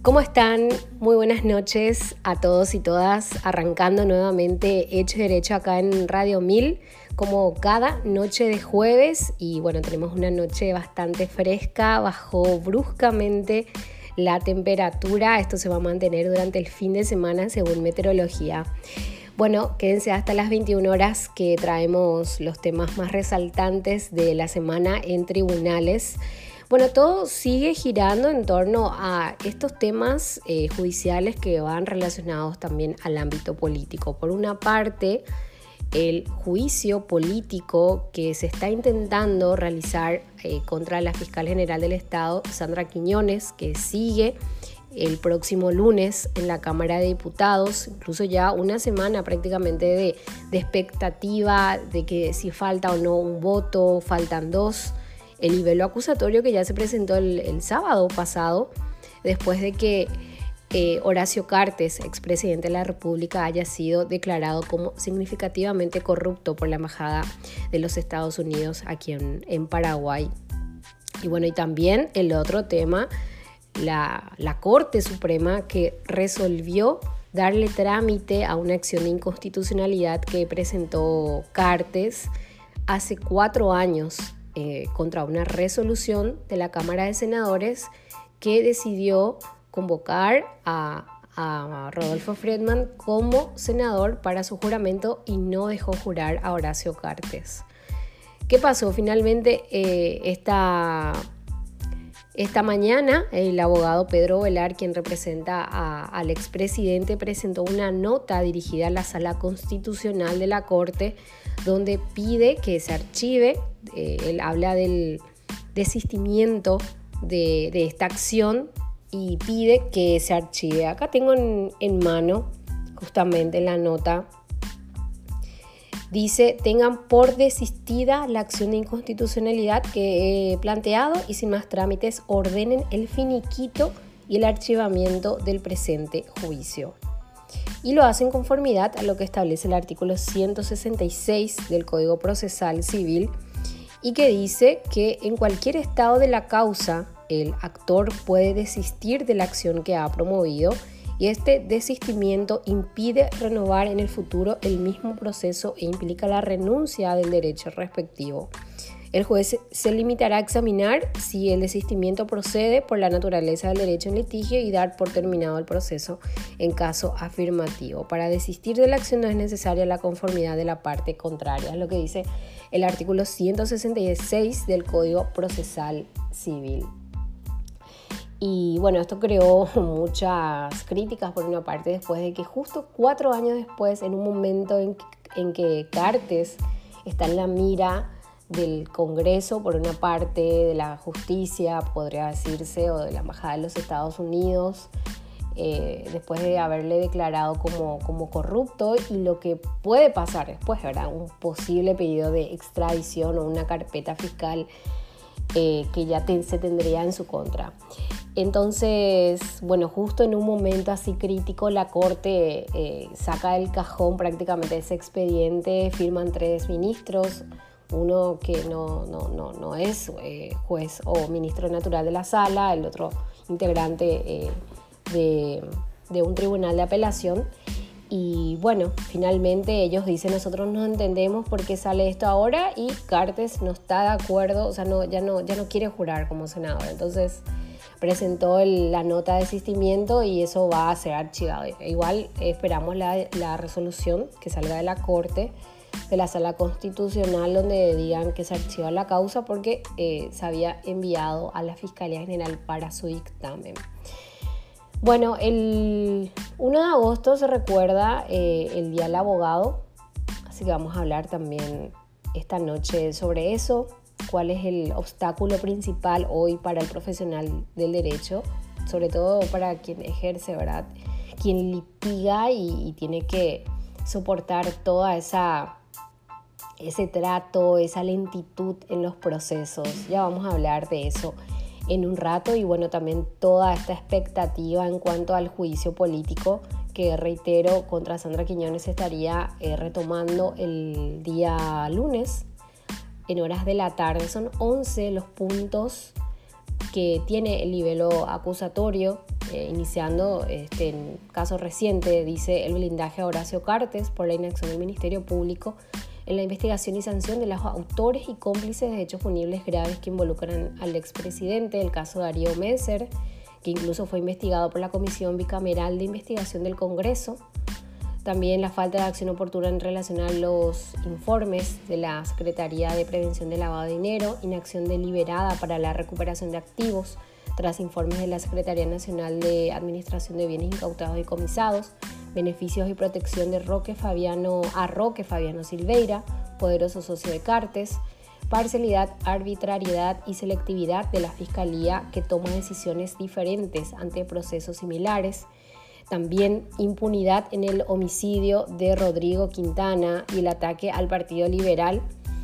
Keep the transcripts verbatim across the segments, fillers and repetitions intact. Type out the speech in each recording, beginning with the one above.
¿Cómo están? Muy buenas noches a todos y todas, arrancando nuevamente Hecho y Derecho acá en Radio Mil, como cada noche de jueves. Y bueno, tenemos una noche bastante fresca, bajó bruscamente la temperatura. Esto se va a mantener durante el fin de semana según meteorología. Bueno, quédense hasta las veintiuna horas que traemos los temas más resaltantes de la semana en tribunales. Bueno, todo sigue girando en torno a estos temas eh, judiciales que van relacionados también al ámbito político. Por una parte, el juicio político que se está intentando realizar eh, contra la fiscal general del Estado, Sandra Quiñones, que sigue el próximo lunes en la Cámara de Diputados, incluso ya una semana prácticamente de, de expectativa de que si falta o no un voto, faltan dos. El libelo acusatorio que ya se presentó el, el sábado pasado, después de que eh, Horacio Cartes, expresidente de la República, haya sido declarado como significativamente corrupto por la Embajada de los Estados Unidos aquí en, en Paraguay. Y bueno, y también el otro tema, la, la Corte Suprema, que resolvió darle trámite a una acción de inconstitucionalidad que presentó Cartes hace cuatro años. Eh, contra una resolución de la Cámara de Senadores que decidió convocar a, a Rodolfo Fredman como senador para su juramento y no dejó jurar a Horacio Cartes. ¿Qué pasó? Finalmente, eh, esta, esta mañana el abogado Pedro Velar, quien representa a, al expresidente, presentó una nota dirigida a la Sala Constitucional de la Corte donde pide que se archive. Eh, él habla del desistimiento de, de esta acción y pide que se archive. Acá tengo en, en mano justamente la nota. Dice: tengan por desistida la acción de inconstitucionalidad que he planteado y sin más trámites ordenen el finiquito y el archivamiento del presente juicio. Y lo hacen en conformidad a lo que establece el artículo ciento sesenta y seis del Código Procesal Civil, y que dice que en cualquier estado de la causa el actor puede desistir de la acción que ha promovido y este desistimiento impide renovar en el futuro el mismo proceso e implica la renuncia del derecho respectivo. El juez se limitará a examinar si el desistimiento procede por la naturaleza del derecho en litigio y dar por terminado el proceso en caso afirmativo. Para desistir de la acción no es necesaria la conformidad de la parte contraria, es lo que dice el artículo ciento sesenta y seis del Código Procesal Civil. Y bueno, esto creó muchas críticas por una parte, después de que justo cuatro años después, en un momento en, en que Cartes está en la mira del Congreso, por una parte, de la justicia, podría decirse, o de la Embajada de los Estados Unidos, eh, después de haberle declarado como, como corrupto, y lo que puede pasar después, ¿verdad? Un posible pedido de extradición o una carpeta fiscal eh, que ya te, se tendría en su contra. Entonces, bueno, justo en un momento así crítico, la Corte eh, saca del cajón prácticamente ese expediente, firman tres ministros, uno que no, no, no, no es eh, juez o ministro natural de la sala, el otro integrante eh, de, de un tribunal de apelación. Y bueno, finalmente ellos dicen: nosotros no entendemos por qué sale esto ahora, y Cartes no está de acuerdo, o sea, no, ya, no, ya no quiere jurar como senador. Entonces presentó el, la nota de desistimiento y eso va a ser archivado. Igual esperamos la, la resolución que salga de la Corte, de la Sala Constitucional, donde digan que se archiva la causa porque eh, se había enviado a la Fiscalía General para su dictamen. Bueno, el uno de agosto se recuerda eh, el Día del Abogado, así que vamos a hablar también esta noche sobre eso. ¿Cuál es el obstáculo principal hoy para el profesional del derecho? Sobre todo para quien ejerce, ¿verdad? Quien litiga y, y tiene que soportar toda esa ese trato, esa lentitud en los procesos. Ya vamos a hablar de eso en un rato. Y bueno, también toda esta expectativa en cuanto al juicio político que, reitero, contra Sandra Quiñones estaría eh, retomando el día lunes en horas de la tarde. Son once los puntos que tiene el libelo acusatorio eh, iniciando este en caso reciente, dice el blindaje a Horacio Cartes por la inacción del Ministerio Público en la investigación y sanción de los autores y cómplices de hechos punibles graves que involucran al expresidente, el caso de Darío Messer, que incluso fue investigado por la Comisión Bicameral de Investigación del Congreso. También la falta de acción oportuna en relación a los informes de la Secretaría de Prevención del Lavado de Dinero, inacción deliberada para la recuperación de activos tras informes de la Secretaría Nacional de Administración de Bienes Incautados y Comisados, beneficios y protección de Roque Fabiano, a Roque Fabiano Silveira, poderoso socio de Cartes, parcialidad, arbitrariedad y selectividad de la Fiscalía que toma decisiones diferentes ante procesos similares. También impunidad en el homicidio de Rodrigo Quintana y el ataque al Partido Liberal.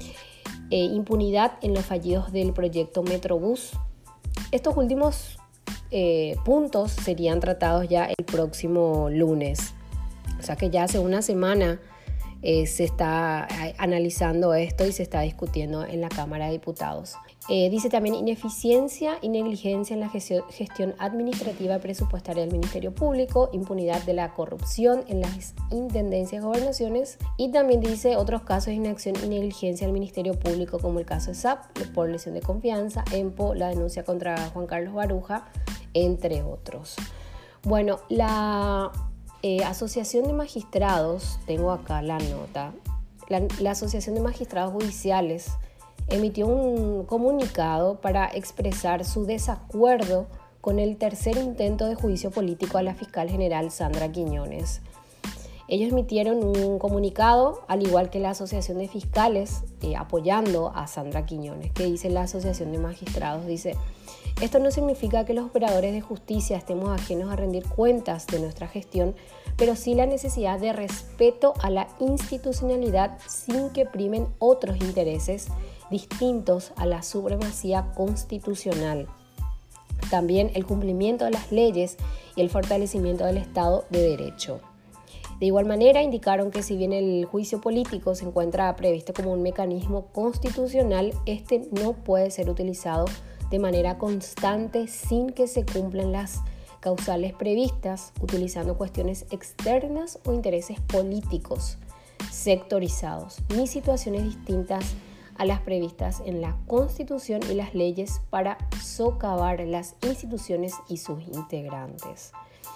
Eh, impunidad en los fallidos del proyecto Metrobús. Estos últimos eh, puntos serían tratados ya el próximo lunes. O sea que ya hace una semana eh, se está analizando esto y se está discutiendo en la Cámara de Diputados. Eh, dice también ineficiencia y negligencia en la gestión administrativa y presupuestaria del Ministerio Público, impunidad de la corrupción en las intendencias y gobernaciones, y también dice otros casos de inacción y negligencia del Ministerio Público como el caso de S A P por lesión de confianza, EMPO, la denuncia contra Juan Carlos Baruja, entre otros. Bueno, la eh, Asociación de Magistrados, tengo acá la nota, la, la Asociación de Magistrados Judiciales emitió un comunicado para expresar su desacuerdo con el tercer intento de juicio político a la fiscal general Sandra Quiñones. Ellos emitieron un comunicado, al igual que la Asociación de Fiscales, eh, apoyando a Sandra Quiñones. ¿Qué dice la Asociación de Magistrados? Dice: esto no significa que los operadores de justicia estemos ajenos a rendir cuentas de nuestra gestión, pero sí la necesidad de respeto a la institucionalidad sin que primen otros intereses distintos a la supremacía constitucional. También el cumplimiento de las leyes y el fortalecimiento del Estado de Derecho. De igual manera, indicaron que si bien el juicio político se encuentra previsto como un mecanismo constitucional, este no puede ser utilizado de manera constante sin que se cumplan las causales previstas, utilizando cuestiones externas o intereses políticos sectorizados, ni situaciones distintas a las previstas en la Constitución y las leyes para socavar las instituciones y sus integrantes.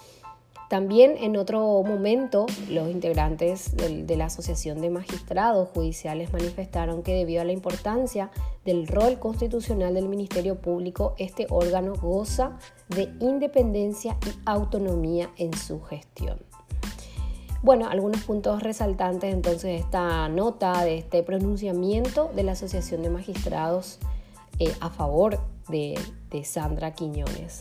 También en otro momento, los integrantes de, de la Asociación de Magistrados Judiciales manifestaron que debido a la importancia del rol constitucional del Ministerio Público, este órgano goza de independencia y autonomía en su gestión. Bueno, algunos puntos resaltantes entonces de esta nota, de este pronunciamiento de la Asociación de Magistrados eh, a favor de, de Sandra Quiñones.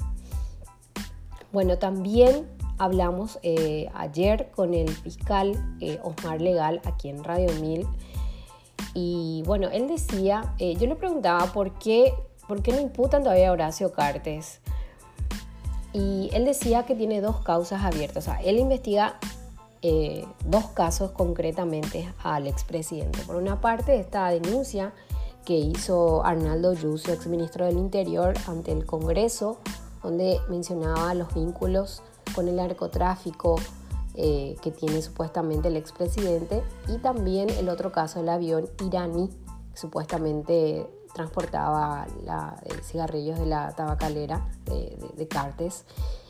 Bueno, también hablamos eh, ayer con el fiscal eh, Osmar Legal aquí en Radio Mil y bueno, él decía, eh, yo le preguntaba por qué, por qué no imputan todavía a Horacio Cartes y él decía que tiene dos causas abiertas, o sea, él investiga eh, dos casos concretamente al expresidente. Por una parte, esta denuncia que hizo Arnaldo Yuso, exministro del Interior, ante el Congreso, donde mencionaba los vínculos con el narcotráfico eh, que tiene supuestamente el expresidente, y también el otro caso del avión iraní que supuestamente transportaba la, eh, cigarrillos de la tabacalera de, de, de Cartes,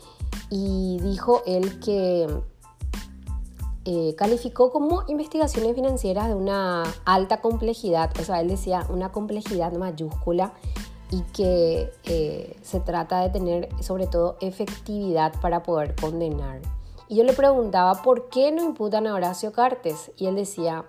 y dijo él que eh, calificó como investigaciones financieras de una alta complejidad, o sea, él decía una complejidad mayúscula, y que eh, se trata de tener sobre todo efectividad para poder condenar. Y yo le preguntaba por qué no imputan a Horacio Cartes, y él decía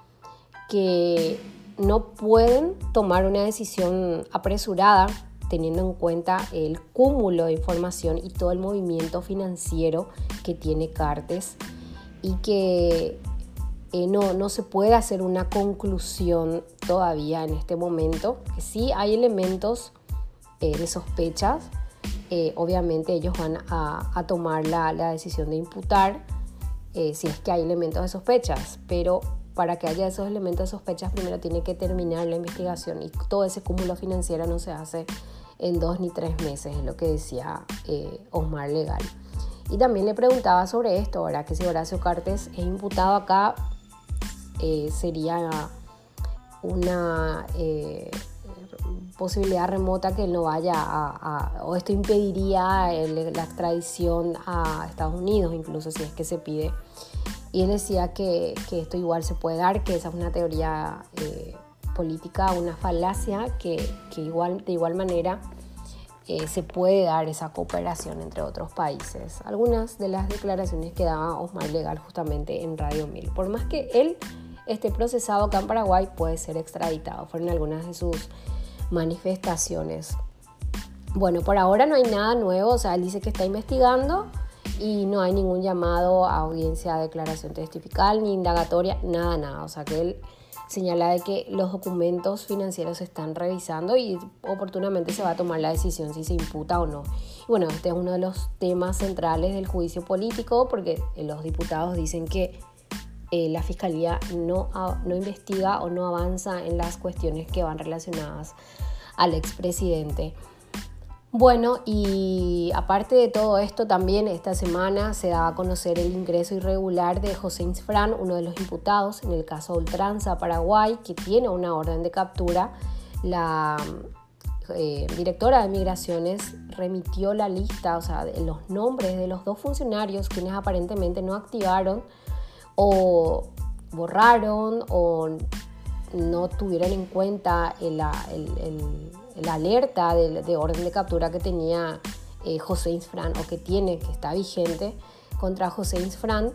que no pueden tomar una decisión apresurada teniendo en cuenta el cúmulo de información y todo el movimiento financiero que tiene Cartes, y que Eh, no, no se puede hacer una conclusión todavía en este momento, que sí hay elementos eh, de sospechas, eh, obviamente ellos van a, a tomar la, la decisión de imputar eh, si es que hay elementos de sospechas, pero para que haya esos elementos de sospechas primero tiene que terminar la investigación y todo ese cúmulo financiero no se hace en dos ni tres meses, es lo que decía eh, Osmar Legal. Y también le preguntaba sobre esto, ¿verdad? Que si Horacio Cartes es imputado acá, eh, sería una eh, posibilidad remota que él no vaya a, a o esto impediría el, la extradición a Estados Unidos, incluso si es que se pide. Y él decía que, que esto igual se puede dar, que esa es una teoría eh, política, una falacia, que, que igual, de igual manera eh, se puede dar esa cooperación entre otros países. Algunas de las declaraciones que daba Osmar Legal justamente en Radio Mil. Por más que él esté procesado acá en Paraguay, puede ser extraditado. Fueron algunas de sus manifestaciones. Bueno, por ahora no hay nada nuevo, o sea, él dice que está investigando y no hay ningún llamado a audiencia de declaración testifical ni indagatoria, nada, nada. O sea, que él señala de que los documentos financieros se están revisando y oportunamente se va a tomar la decisión si se imputa o no. Y bueno, este es uno de los temas centrales del juicio político, porque los diputados dicen que eh, la Fiscalía no, no investiga o no avanza en las cuestiones que van relacionadas al expresidente. Bueno, y aparte de todo esto, también esta semana se da a conocer el ingreso irregular de José Insfrán, uno de los imputados en el caso Ultranza Paraguay, que tiene una orden de captura. La eh, directora de Migraciones remitió la lista, o sea, de los nombres de los dos funcionarios quienes aparentemente no activaron o borraron o no tuvieron en cuenta el, el, el la alerta de, de orden de captura que tenía eh, José Insfrán, o que tiene, que está vigente contra José Insfrán.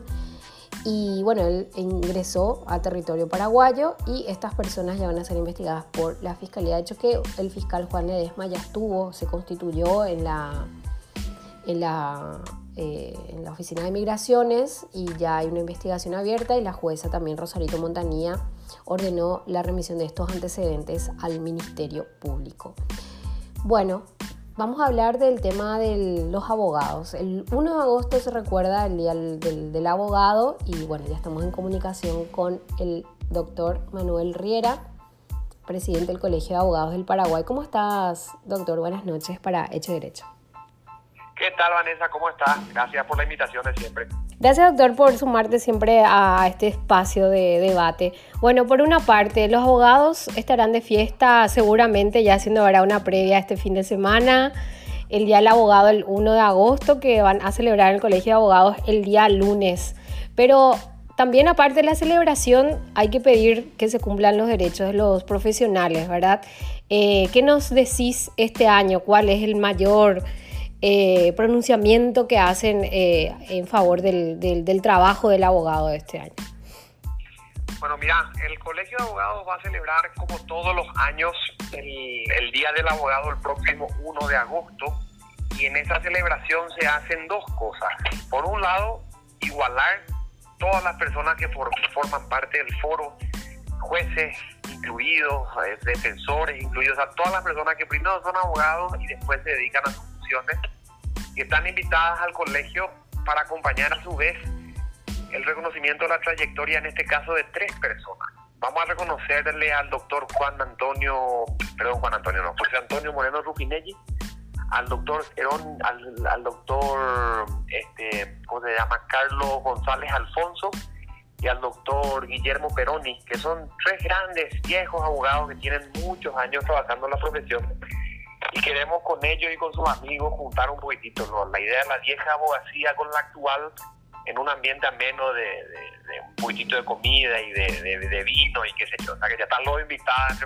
Y bueno, él ingresó a territorio paraguayo y estas personas ya van a ser investigadas por la Fiscalía. De hecho, que el fiscal Juan Ledesma ya estuvo, se constituyó en la, en la, eh, en la Oficina de Migraciones y ya hay una investigación abierta, y la jueza también, Rosarito Montanía, ordenó la remisión de estos antecedentes al Ministerio Público. Bueno, vamos a hablar del tema de los abogados. El primero de agosto se recuerda el Día del, del Abogado y bueno, ya estamos en comunicación con el doctor Manuel Riera, presidente del Colegio de Abogados del Paraguay. ¿Cómo estás, doctor? Buenas noches para Hecho Derecho. ¿Qué tal, Vanessa? ¿Cómo estás? Gracias por la invitación de siempre. Gracias, doctor, por sumarte siempre a este espacio de debate. Bueno, por una parte, los abogados estarán de fiesta seguramente, ya haciendo ahora una previa este fin de semana, el Día del Abogado el primero de agosto, que van a celebrar en el Colegio de Abogados el día lunes. Pero también, aparte de la celebración, hay que pedir que se cumplan los derechos de los profesionales, ¿verdad? Eh, ¿Qué nos decís este año? ¿Cuál es el mayor Eh, pronunciamiento que hacen eh, en favor del, del, del trabajo del abogado de este año? Bueno, mira, el Colegio de Abogados va a celebrar, como todos los años, el, el Día del Abogado el próximo primero de agosto, y en esa celebración se hacen dos cosas. Por un lado, igualar todas las personas que for, forman parte del foro, jueces incluidos, eh, defensores incluidos, o sea, todas las personas que primero son abogados y después se dedican a sus funciones, que están invitadas al colegio para acompañar a su vez el reconocimiento de la trayectoria, en este caso de tres personas. Vamos a reconocerle al doctor Juan Antonio, perdón, Juan Antonio no, José Antonio Moreno Rupinelli, al doctor Herón, al, al doctor, este, ¿cómo se llama? Carlos González Alfonso, y al doctor Guillermo Peroni, que son tres grandes, viejos abogados que tienen muchos años trabajando en la profesión. Y queremos con ellos y con sus amigos juntar un poquitito, ¿no? La idea de la vieja abogacía con la actual, en un ambiente ameno de, de, de un poquitito de comida y de, de, de vino y qué sé yo. O sea, que ya están los invitados.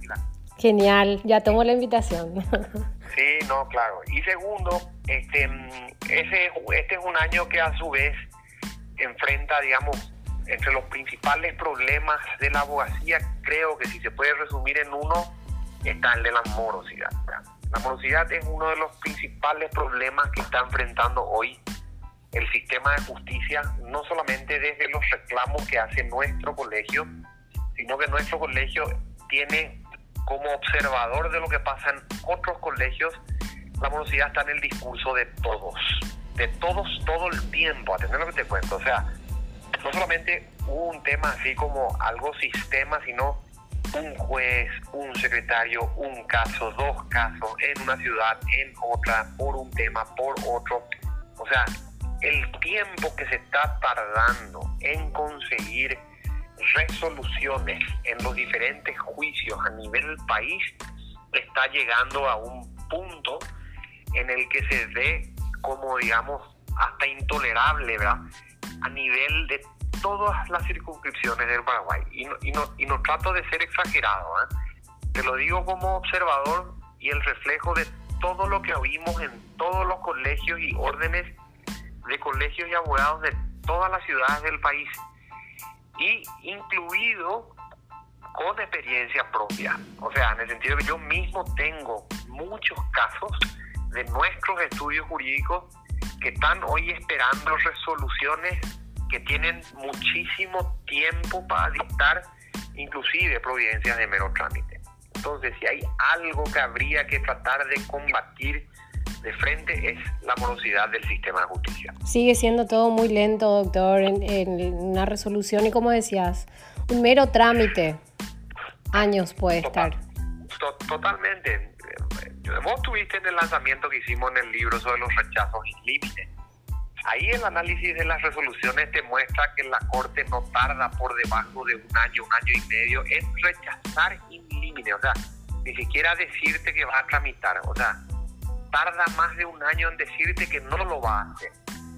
Genial, ya tomo la invitación. Sí, no, claro. Y segundo, este, ese, este es un año que a su vez enfrenta, digamos, entre los principales problemas de la abogacía, creo que si se puede resumir en uno, está el de la morosidad. La morosidad es uno de los principales problemas que está enfrentando hoy el sistema de justicia, no solamente desde los reclamos que hace nuestro colegio, sino que nuestro colegio tiene como observador de lo que pasa en otros colegios. La morosidad está en el discurso de todos, de todos todo el tiempo, atender lo que te cuento. O sea, no solamente hubo un tema así como algo sistema, sino un juez, un secretario, un caso, dos casos, en una ciudad, en otra, por un tema, por otro. O sea, el tiempo que se está tardando en conseguir resoluciones en los diferentes juicios a nivel país está llegando a un punto en el que se ve como, digamos, hasta intolerable, ¿verdad? A nivel de todas las circunscripciones del Paraguay. Y no, y no, y no trato de ser exagerado, ¿eh? Te lo digo como observador y el reflejo de todo lo que oímos en todos los colegios y órdenes de colegios y abogados de todas las ciudades del país, y incluido con experiencia propia. O sea, en el sentido que yo mismo tengo muchos casos de nuestros estudios jurídicos que están hoy esperando resoluciones que tienen muchísimo tiempo para dictar, inclusive providencias de mero trámite. Entonces, si hay algo que habría que tratar de combatir de frente, es la morosidad del sistema de justicia. Sigue siendo todo muy lento, doctor, en, en una resolución y, como decías, un mero trámite. Años puede Total, estar. To, totalmente. Vos tuviste en el lanzamiento que hicimos en el libro sobre los rechazos in limine. Ahí el análisis de las resoluciones te muestra que la Corte no tarda por debajo de un año, un año y medio en rechazar in limine. O sea, ni siquiera decirte que va a tramitar. O sea, tarda más de un año en decirte que no lo va a hacer.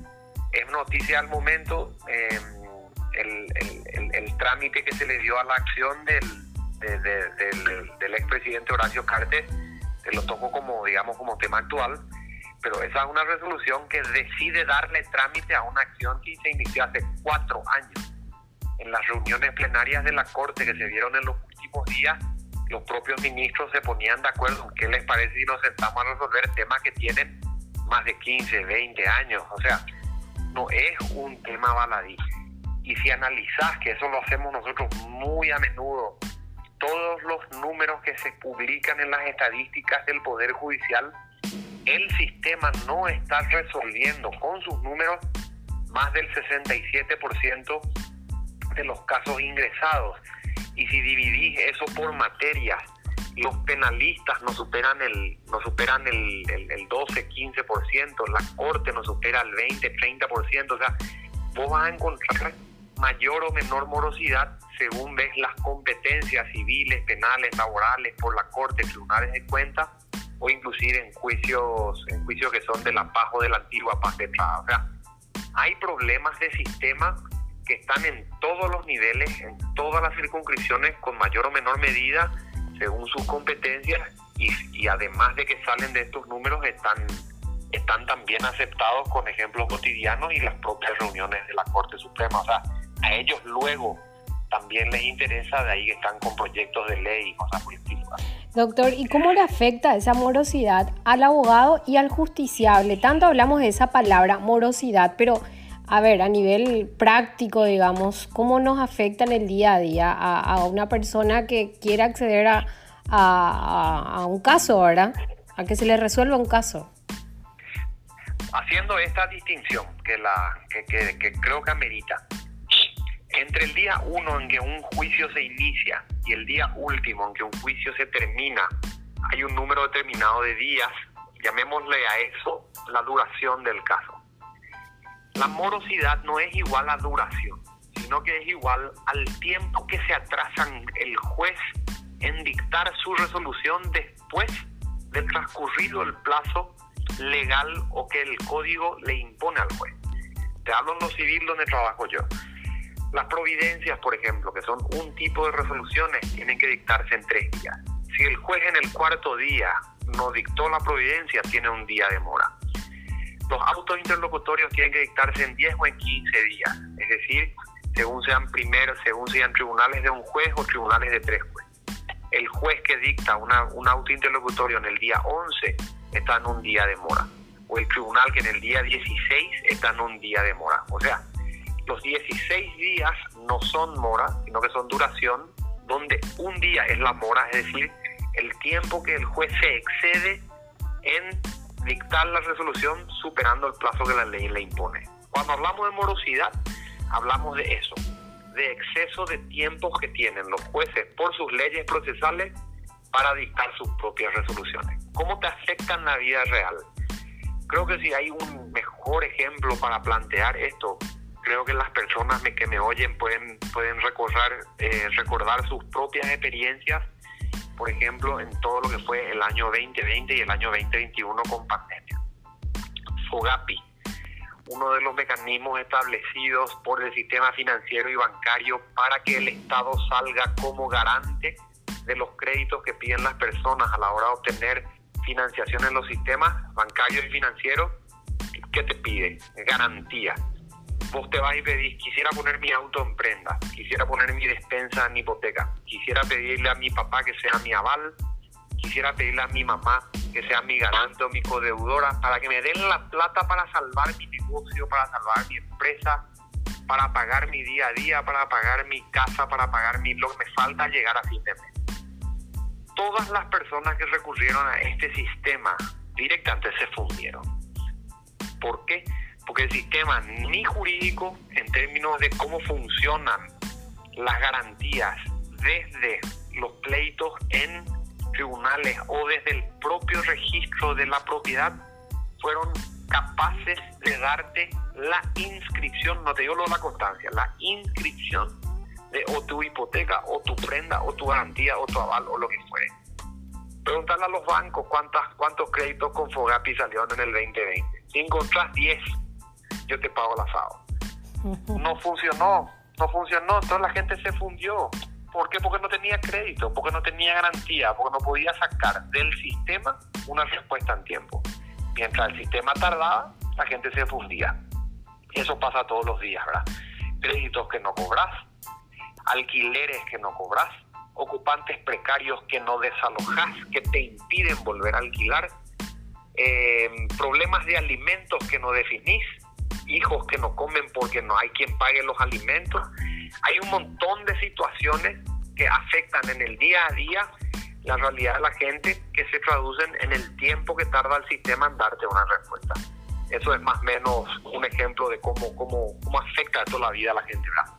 Es noticia al momento eh, el, el, el, el trámite que se le dio a la acción del, de, de, del, del expresidente Horacio Cartes. Se lo toco como, digamos, como tema actual, pero esa es una resolución que decide darle trámite a una acción que se inició hace cuatro años. En las reuniones plenarias de la Corte que se dieron en los últimos días, los propios ministros se ponían de acuerdo en qué les parece si nos sentamos a resolver temas que tienen más de quince, veinte años. O sea, no es un tema baladí. Y si analizás, que eso lo hacemos nosotros muy a menudo, todos los números que se publican en las estadísticas del Poder Judicial, el sistema no está resolviendo con sus números más del sesenta y siete por ciento de los casos ingresados. Y si dividís eso por materias, los penalistas nos superan el, nos superan el, el, el doce, quince por ciento, la Corte nos supera el veinte, treinta por ciento. O sea, vos vas a encontrar mayor o menor morosidad según ves las competencias civiles, penales, laborales por la Corte, tribunales de cuentas, o inclusive en juicios, en juicios que son de la paz o de la antigua paz de Estrada. O sea, hay problemas de sistema que están en todos los niveles, en todas las circunscripciones, con mayor o menor medida, según sus competencias, y, y además de que salen de estos números, están, están también aceptados con ejemplos cotidianos y las propias reuniones de la Corte Suprema. O sea, a ellos luego también les interesa, de ahí que están con proyectos de ley y cosas por el estilo. Doctor, ¿y cómo le afecta esa morosidad al abogado y al justiciable? Tanto hablamos de esa palabra, morosidad, pero a ver, a nivel práctico, digamos, ¿cómo nos afecta en el día a día a, a una persona que quiere acceder a, a, a un caso, ¿verdad? A que se le resuelva un caso. Haciendo esta distinción que, la, que, que, que creo que amerita, entre el día uno en que un juicio se inicia y el día último en que un juicio se termina, hay un número determinado de días, llamémosle a eso la duración del caso. La morosidad no es igual a duración, sino que es igual al tiempo que se atrasan el juez en dictar su resolución después del transcurrido el plazo legal o que el código le impone al juez. Te hablo en lo civil donde trabajo yo. Las providencias, por ejemplo, que son un tipo de resoluciones, tienen que dictarse en tres días. Si el juez en el cuarto día no dictó la providencia, tiene un día de mora. Los autos interlocutorios tienen que dictarse en diez o en quince días, es decir, según sean primero, según sean tribunales de un juez o tribunales de tres jueces. El juez que dicta una, un auto interlocutorio en el día once está en un día de mora, o el tribunal que en el día dieciséis está en un día de mora. O sea, los dieciséis días no son mora, sino que son duración, donde un día es la mora, es decir, el tiempo que el juez se excede en dictar la resolución superando el plazo que la ley le impone. Cuando hablamos de morosidad, hablamos de eso, de exceso de tiempos que tienen los jueces por sus leyes procesales para dictar sus propias resoluciones. ¿Cómo te afecta en la vida real? Creo que si hay un mejor ejemplo para plantear esto, creo que las personas que me oyen pueden, pueden recordar, eh, recordar sus propias experiencias, por ejemplo, en todo lo que fue el año veinte veinte y el año veinte veintiuno con pandemia. FOGAPI, uno de los mecanismos establecidos por el sistema financiero y bancario para que el Estado salga como garante de los créditos que piden las personas a la hora de obtener financiación en los sistemas bancarios y financieros. ¿Qué te pide? Garantía. Vos te vas y pedís, quisiera poner mi auto en prenda, quisiera poner mi despensa en hipoteca, quisiera pedirle a mi papá que sea mi aval, quisiera pedirle a mi mamá que sea mi garante o mi codeudora para que me den la plata para salvar mi negocio, para salvar mi empresa, para pagar mi día a día, para pagar mi casa, para pagar mi, lo que me falta llegar a fin de mes. Todas las personas que recurrieron a este sistema directamente se fundieron. ¿Por qué? Porque el sistema ni jurídico, en términos de cómo funcionan las garantías desde los pleitos en tribunales o desde el propio registro de la propiedad, fueron capaces de darte la inscripción, no te digo lo de la constancia, la inscripción de o tu hipoteca o tu prenda o tu garantía o tu aval o lo que fuere. Preguntarle a los bancos cuántas, cuántos créditos con FOGAPI salieron en el veinte veinte. Si encontrás diez, yo te pago el asado. No funcionó, no funcionó, entonces la gente se fundió. ¿Por qué? Porque no tenía crédito, porque no tenía garantía, porque no podía sacar del sistema una respuesta en tiempo. Mientras el sistema tardaba, la gente se fundía. Eso pasa todos los días, ¿verdad? Créditos que no cobras, alquileres que no cobras, ocupantes precarios que no desalojás, que te impiden volver a alquilar, eh, problemas de alimentos que no definís, hijos que no comen porque no hay quien pague los alimentos. Hay un montón de situaciones que afectan en el día a día la realidad de la gente, que se traducen en el tiempo que tarda el sistema en darte una respuesta. Eso es más o menos un ejemplo de cómo, cómo, cómo afecta toda la vida a la gente, ¿verdad?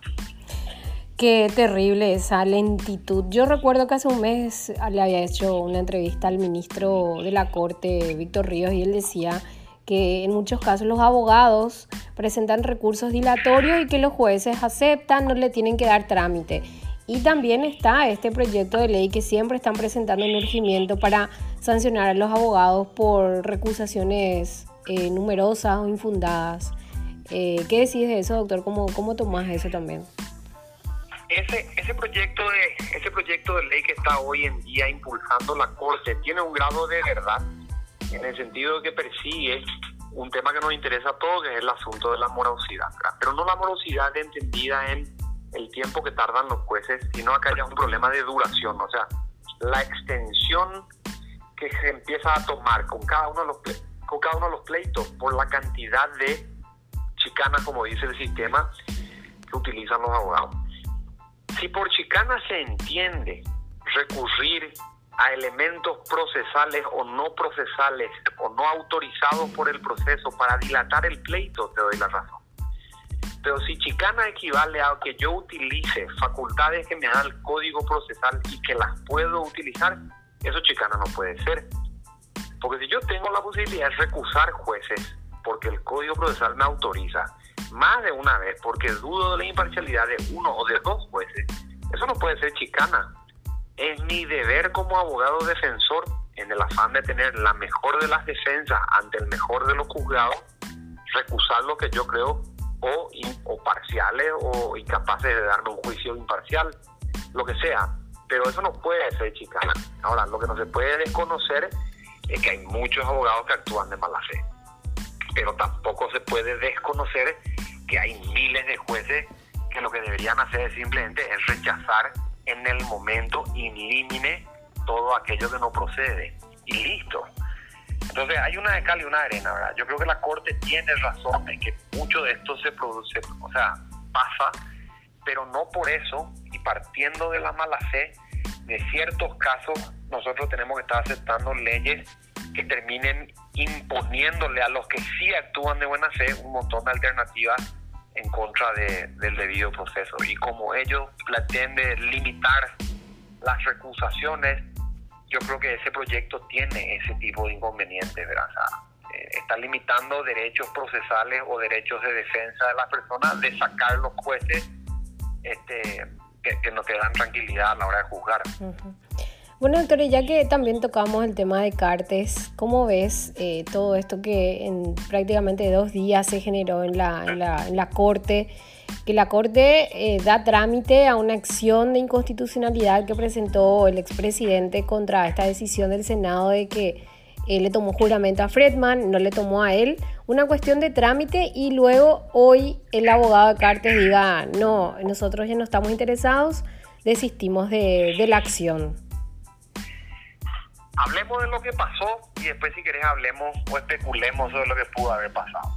Qué terrible esa lentitud. Yo recuerdo que hace un mes le había hecho una entrevista al ministro de la Corte, Víctor Ríos, y él decía que en muchos casos los abogados presentan recursos dilatorios y que los jueces aceptan, no le tienen que dar trámite. Y también está este proyecto de ley que siempre están presentando en urgimiento para sancionar a los abogados por recusaciones eh, numerosas o infundadas. Eh, ¿Qué decís de eso, doctor? ¿Cómo, cómo tomás eso también? Ese, ese, proyecto de, ese proyecto de ley que está hoy en día impulsando la Corte tiene un grado de verdad en el sentido de que persigue un tema que nos interesa a todos, que es el asunto de la morosidad, ¿verdad? Pero no la morosidad entendida en el tiempo que tardan los jueces, sino acá haya un problema de duración, o sea, la extensión que se empieza a tomar con cada uno de los, ple- con cada uno de los pleitos por la cantidad de chicanas, como dice el sistema, que utilizan los abogados. Si por chicana se entiende recurrir a elementos procesales o no procesales o no autorizados por el proceso para dilatar el pleito, te doy la razón. Pero si chicana equivale a que yo utilice facultades que me da el código procesal y que las puedo utilizar, eso chicana no puede ser. Porque si yo tengo la posibilidad de recusar jueces porque el código procesal me autoriza más de una vez porque dudo de la imparcialidad de uno o de dos jueces, eso no puede ser chicana. Es mi deber como abogado defensor, en el afán de tener la mejor de las defensas ante el mejor de los juzgados, recusar lo que yo creo o, o parciales o incapaces de darme un juicio imparcial, lo que sea. Pero eso no puede ser chicana. Ahora, lo que no se puede desconocer es que hay muchos abogados que actúan de mala fe. Pero tampoco se puede desconocer que hay miles de jueces que lo que deberían hacer es simplemente es rechazar en el momento in limine todo aquello que no procede y listo. Entonces hay una de cal y una de arena, ¿verdad? Yo creo que la Corte tiene razón en que mucho de esto se produce, o sea, pasa, pero no por eso, y partiendo de la mala fe, de ciertos casos nosotros tenemos que estar aceptando leyes que terminen imponiéndole a los que sí actúan de buena fe un montón de alternativas en contra de, del debido proceso. Y como ellos pretenden limitar las recusaciones, yo creo que ese proyecto tiene ese tipo de inconvenientes, ¿verdad? O sea, eh, está limitando derechos procesales o derechos de defensa de las personas, de sacar los jueces este, que, que no te dan tranquilidad a la hora de juzgar. Uh-huh. Bueno, doctor, ya que también tocamos el tema de Cartes, ¿cómo ves eh, todo esto que en prácticamente dos días se generó en la, en la, en la Corte? Que la Corte eh, da trámite a una acción de inconstitucionalidad que presentó el expresidente contra esta decisión del Senado de que eh, le tomó juramento a Fredman, no le tomó a él. Una cuestión de trámite, y luego hoy el abogado de Cartes diga, no, nosotros ya no estamos interesados, desistimos de, de la acción. Hablemos de lo que pasó y después, si querés, hablemos o especulemos sobre lo que pudo haber pasado.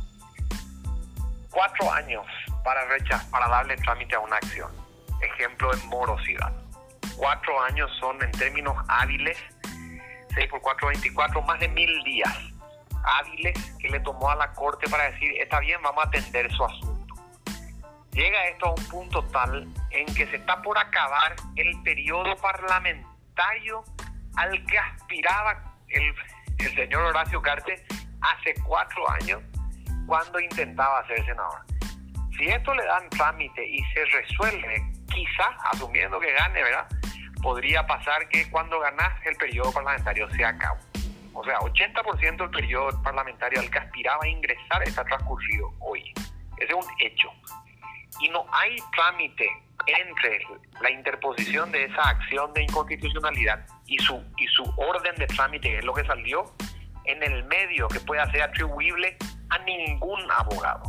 Cuatro años para rechazar, para darle trámite a una acción. Ejemplo de morosidad. Cuatro años son, en términos hábiles, seis por cuatro, veinticuatro, más de mil días hábiles que le tomó a la Corte para decir, está bien, vamos a atender su asunto. Llega esto a un punto tal en que se está por acabar el periodo parlamentario al que aspiraba el, el señor Horacio Cartes hace cuatro años cuando intentaba ser senador. Si esto le dan trámite y se resuelve, quizás, asumiendo que gane, ¿verdad?, podría pasar que cuando ganas el periodo parlamentario se acabó. O sea, ochenta por ciento del periodo parlamentario al que aspiraba a ingresar está transcurrido hoy. Ese es un hecho. Y no hay trámite entre la interposición de esa acción de inconstitucionalidad y su, y su orden de trámite, que es lo que salió en el medio, que pueda ser atribuible a ningún abogado,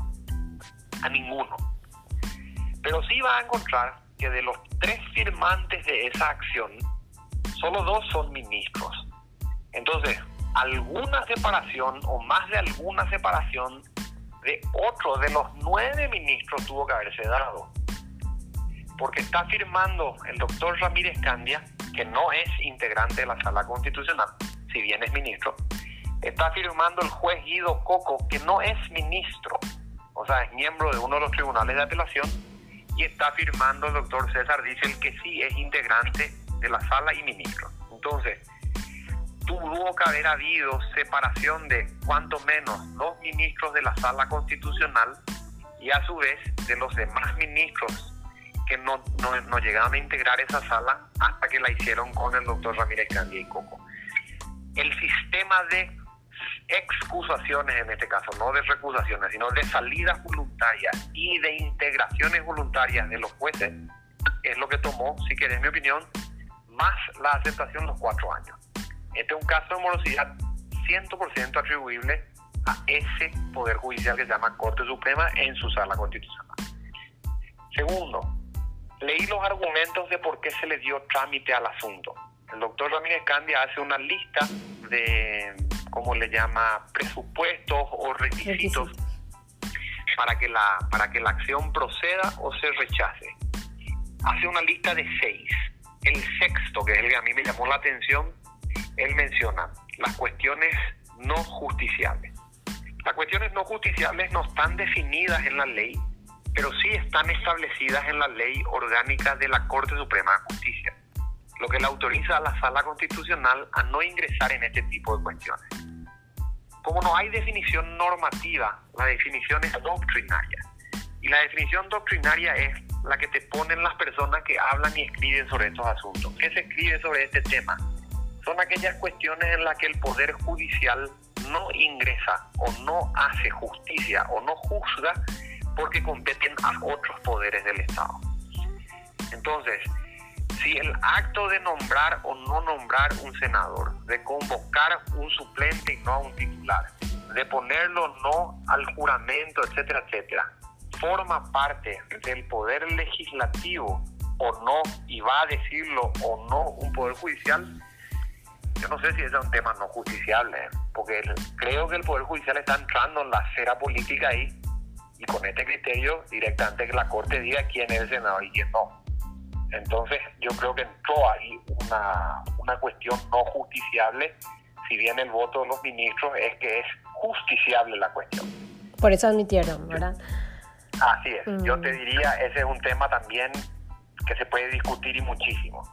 a ninguno. Pero sí va a encontrar que de los tres firmantes de esa acción, solo dos son ministros. Entonces, alguna separación o más de alguna separación de otro de los nueve ministros tuvo que haberse dado. Porque está firmando el doctor Ramírez Candia, que no es integrante de la Sala Constitucional, si bien es ministro. Está firmando el juez Guido Coco, que no es ministro, o sea, es miembro de uno de los tribunales de apelación. Y está firmando el doctor César Diesel, que sí es integrante de la Sala y ministro. Entonces, tuvo que haber habido separación de cuanto menos dos ministros de la Sala Constitucional y a su vez de los demás ministros que no, no, no llegaron a integrar esa sala hasta que la hicieron con el doctor Ramírez Candia y Coco. El sistema de excusaciones, en este caso, no de recusaciones, sino de salidas voluntarias y de integraciones voluntarias de los jueces, es lo que tomó, si querés mi opinión, más la aceptación los cuatro años. Este es un caso de morosidad cien por ciento atribuible a ese Poder Judicial que se llama Corte Suprema en su Sala Constitucional. Segundo, leí los argumentos de por qué se le dio trámite al asunto. El doctor Ramírez Candia hace una lista de, ¿cómo le llama?, presupuestos o requisitos para que la, para que la acción proceda o se rechace. Hace una lista de seis. El sexto, que es el que a mí me llamó la atención, él menciona las cuestiones no justiciables. Las cuestiones no justiciables no están definidas en la ley, pero sí están establecidas en la ley orgánica de la Corte Suprema de Justicia, lo que le autoriza a la Sala Constitucional a no ingresar en este tipo de cuestiones. Como no hay definición normativa, la definición es doctrinaria. Y la definición doctrinaria es la que te ponen las personas que hablan y escriben sobre estos asuntos. ¿Qué se escribe sobre este tema? Son aquellas cuestiones en las que el Poder Judicial no ingresa o no hace justicia o no juzga porque competen a otros poderes del Estado. Entonces, si el acto de nombrar o no nombrar un senador, de convocar un suplente y no a un titular, de ponerlo no al juramento, etcétera, etcétera, forma parte del poder legislativo o no, y va a decirlo o no un poder judicial, yo no sé si ese es un tema no justiciable, ¿eh? Porque el, creo que el Poder Judicial está entrando en la esfera política ahí, y con este criterio directamente que la Corte diga quién es el senador y quién no. Entonces yo creo que entró ahí una, una cuestión no justiciable, si bien el voto de los ministros es que es justiciable la cuestión. Por eso admitieron, ¿verdad? Así es, mm. yo te diría, ese es un tema también que se puede discutir y muchísimo.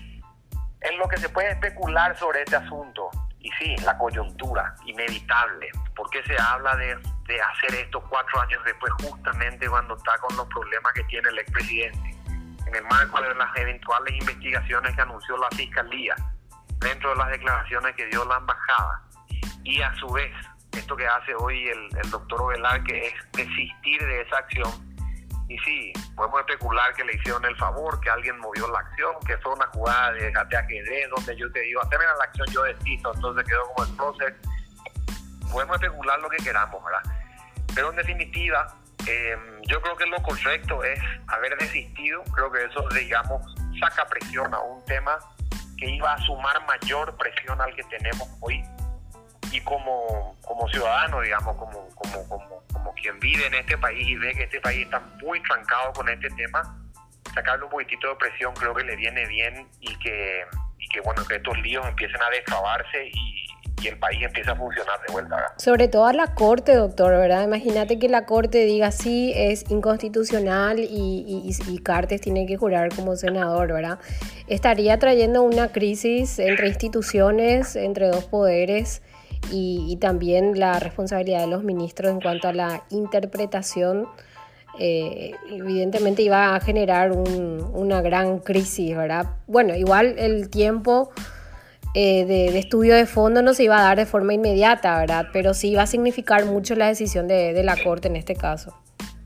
En lo que se puede especular sobre este asunto, y sí, la coyuntura, inevitable. ¿Por qué se habla de, de hacer esto cuatro años después, justamente cuando está con los problemas que tiene el expresidente? En el marco de las eventuales investigaciones que anunció la Fiscalía, dentro de las declaraciones que dio la Embajada, y a su vez, esto que hace hoy el, el doctor Ovelar, que es desistir de esa acción. Y sí, podemos especular que le hicieron el favor, que alguien movió la acción, que fue una jugada de, de ajedrez donde yo te digo, hacerme la acción, yo desisto, entonces quedó como el prócer. Podemos especular lo que queramos, ¿verdad? Pero en definitiva, eh, yo creo que lo correcto es haber desistido. Creo que eso, digamos, saca presión a un tema que iba a sumar mayor presión al que tenemos hoy. Y como, como ciudadano, digamos, como, como, como, como quien vive en este país y ve que este país está muy trancado con este tema, sacarle un poquitito de presión creo que le viene bien, y que, y que bueno, que estos líos empiecen a destrabarse y, y el país empiece a funcionar de vuelta, ¿verdad? Sobre todo a la Corte, doctor, ¿verdad? Imagínate que la Corte diga sí, es inconstitucional y, y, y Cartes tiene que jurar como senador, ¿verdad? Estaría trayendo una crisis entre instituciones, entre dos poderes. Y, y también la responsabilidad de los ministros en cuanto a la interpretación, eh, evidentemente iba a generar un, una gran crisis, ¿verdad? Bueno, igual el tiempo eh, de, de estudio de fondo no se iba a dar de forma inmediata, ¿verdad? Pero sí iba a significar mucho la decisión de, de la Corte en este caso.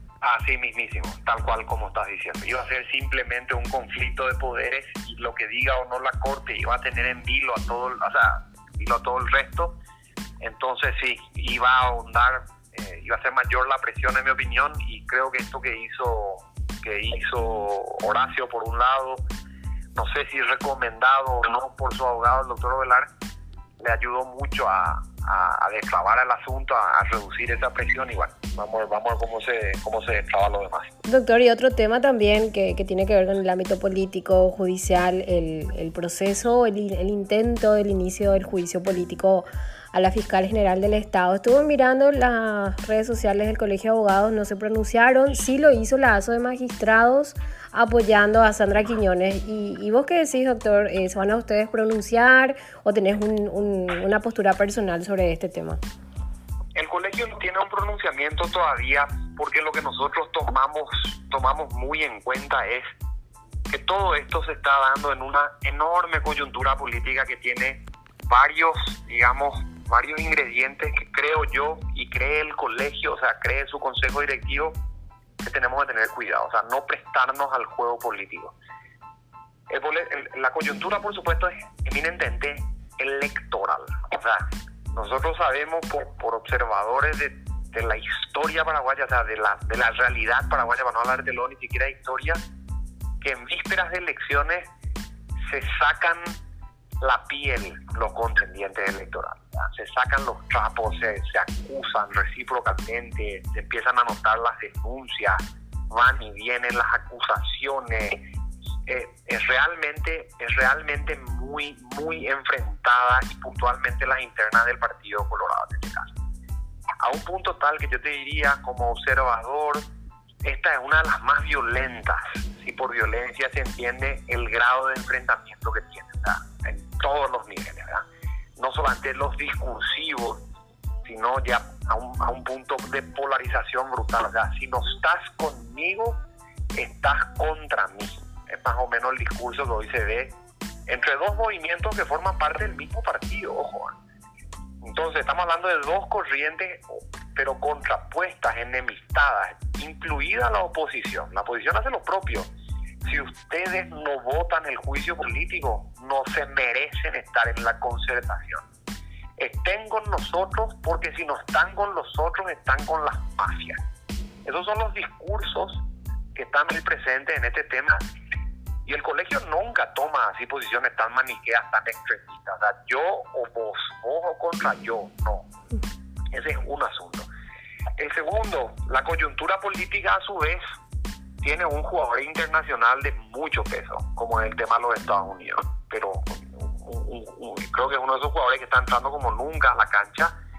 Así mismísimo, tal cual como estás diciendo. Iba a ser simplemente un conflicto de poderes, y lo que diga o no la Corte iba a tener en vilo a todo, o sea, vilo a todo el resto. Entonces sí, iba a ahondar, eh, iba a ser mayor la presión, en mi opinión, y creo que esto que hizo que hizo Horacio, por un lado, no sé si recomendado o no por su abogado, el doctor Ovelar, le ayudó mucho a, a, a destrabar el asunto, a, a reducir esa presión, y bueno, vamos, vamos a ver cómo se, cómo se destraba lo demás. Doctor, y otro tema también que, que tiene que ver con el ámbito político, judicial, el, el proceso, el, el intento del inicio del juicio político a la fiscal general del Estado. Estuve mirando las redes sociales del Colegio de Abogados, no se pronunciaron. Sí lo hizo la A S O de Magistrados apoyando a Sandra Quiñones. ¿Y, y vos qué decís, doctor? Eh, ¿Se van a ustedes pronunciar o tenés un, un, una postura personal sobre este tema? El colegio no tiene un pronunciamiento todavía, porque lo que nosotros tomamos, tomamos muy en cuenta es que todo esto se está dando en una enorme coyuntura política que tiene varios, digamos, varios ingredientes que creo yo y cree el colegio, o sea, cree su consejo directivo, que tenemos que tener cuidado, o sea, no prestarnos al juego político. El, el, la coyuntura, por supuesto, es eminentemente electoral. O sea, nosotros sabemos por, por observadores de, de la historia paraguaya, o sea, de la, de la realidad paraguaya, para no hablar de lo ni siquiera de historia, que en vísperas de elecciones se sacan la piel los contendientes electorales, ¿verdad? Se sacan los trapos, se, se acusan recíprocamente, se empiezan a anotar las denuncias, van y vienen las acusaciones. Eh, es realmente es realmente muy muy enfrentada, y puntualmente las internas del Partido Colorado en este caso, a un punto tal que yo te diría, como observador, esta es una de las más violentas, si por violencia se entiende el grado de enfrentamiento que tiene, ¿verdad? En todos los niveles, ¿verdad? No solamente los discursivos, sino ya a un, a un punto de polarización brutal. O sea, si no estás conmigo, estás contra mí. Es más o menos el discurso que hoy se ve entre dos movimientos que forman parte del mismo partido, ojo. Entonces estamos hablando de dos corrientes, pero contrapuestas, enemistadas, incluida la oposición. La oposición hace lo propio. Si ustedes no votan el juicio político, no se merecen estar en la concertación. Estén con nosotros, porque si no están con nosotros, están con las mafias. Esos son los discursos que están muy presentes en este tema. Y el colegio nunca toma así posiciones tan maniqueas, tan extremistas. O sea, yo o vos, vos o contra yo, no. Ese es un asunto. El segundo, la coyuntura política a su vez tiene un jugador internacional de mucho peso, como es el tema de los Estados Unidos. Pero un, un, un, creo que es uno de esos jugadores que está entrando como nunca a la cancha,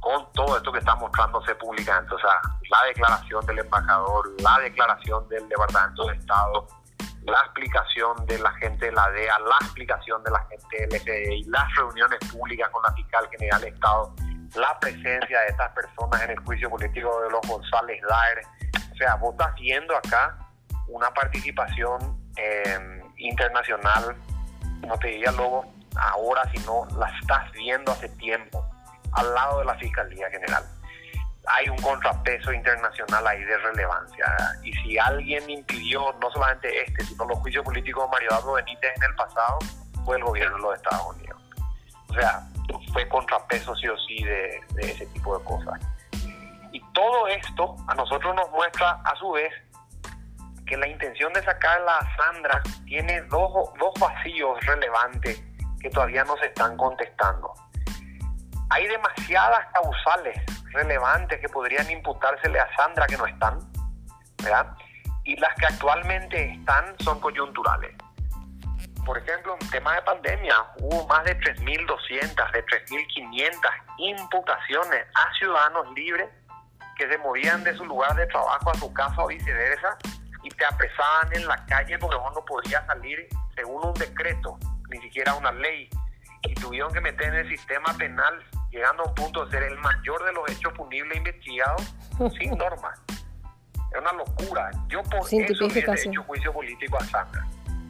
con todo esto que está mostrándose públicamente, o sea, la declaración del embajador, la declaración del Departamento de Estado, la explicación de la gente de la D E A, la explicación de la gente del F D I, las reuniones públicas con la Fiscal General del Estado, la presencia de estas personas en el juicio político de los González Daer. O sea, vos estás viendo acá una participación eh, internacional, no te diría luego ahora, sino la estás viendo hace tiempo, al lado de la Fiscalía General. Hay un contrapeso internacional ahí de relevancia, ¿verdad? Y si alguien impidió no solamente este, sino los juicios políticos de Mario Abdo Benítez en el pasado, fue el gobierno de los Estados Unidos. O sea, fue contrapeso sí o sí de, de ese tipo de cosas. Y todo esto a nosotros nos muestra a su vez que la intención de sacarla a Sandra tiene dos, dos vacíos relevantes que todavía no se están contestando. Hay demasiadas causales relevantes que podrían imputársele a Sandra que no están, ¿verdad? Y las que actualmente están son coyunturales. Por ejemplo, en tema de pandemia, hubo más de tres mil doscientas, de tres mil quinientas imputaciones a ciudadanos libres que se movían de su lugar de trabajo a su casa o viceversa y te apresaban en la calle porque vos no podías salir según un decreto, ni siquiera una ley, y tuvieron que meter en el sistema penal, llegando a un punto de ser el mayor de los hechos punibles investigados sin normas. Es una locura. Yo por sin eso hubiese tipificación. hecho juicio político a Sandra,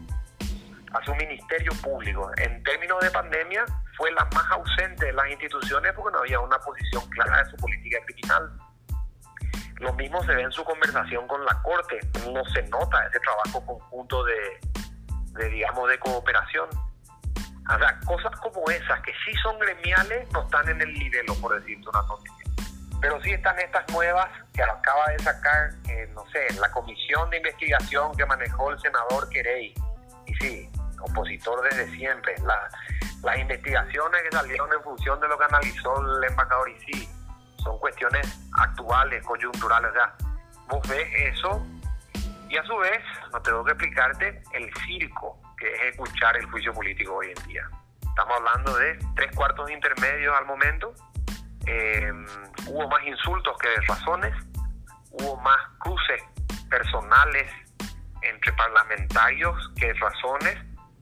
a su ministerio público. En términos de pandemia, fue la más ausente de las instituciones porque no había una posición clara de su política criminal. Lo mismo se ve en su conversación con la Corte. No se nota ese trabajo conjunto de, de digamos, de cooperación. O sea, cosas como esas que sí son gremiales no están en el libelo, por decirte una noticia. Pero sí están estas nuevas que acaba de sacar, eh, no sé, la comisión de investigación que manejó el senador Querey. Y sí, opositor desde siempre. La, las investigaciones que salieron en función de lo que analizó el embajador, y sí, son cuestiones actuales, coyunturales. O sea, vos ves eso y a su vez, no tengo que explicarte el circo que es escuchar el juicio político hoy en día. Estamos hablando de tres cuartos de intermedio al momento. Eh, hubo más insultos que razones, hubo más cruces personales entre parlamentarios que razones.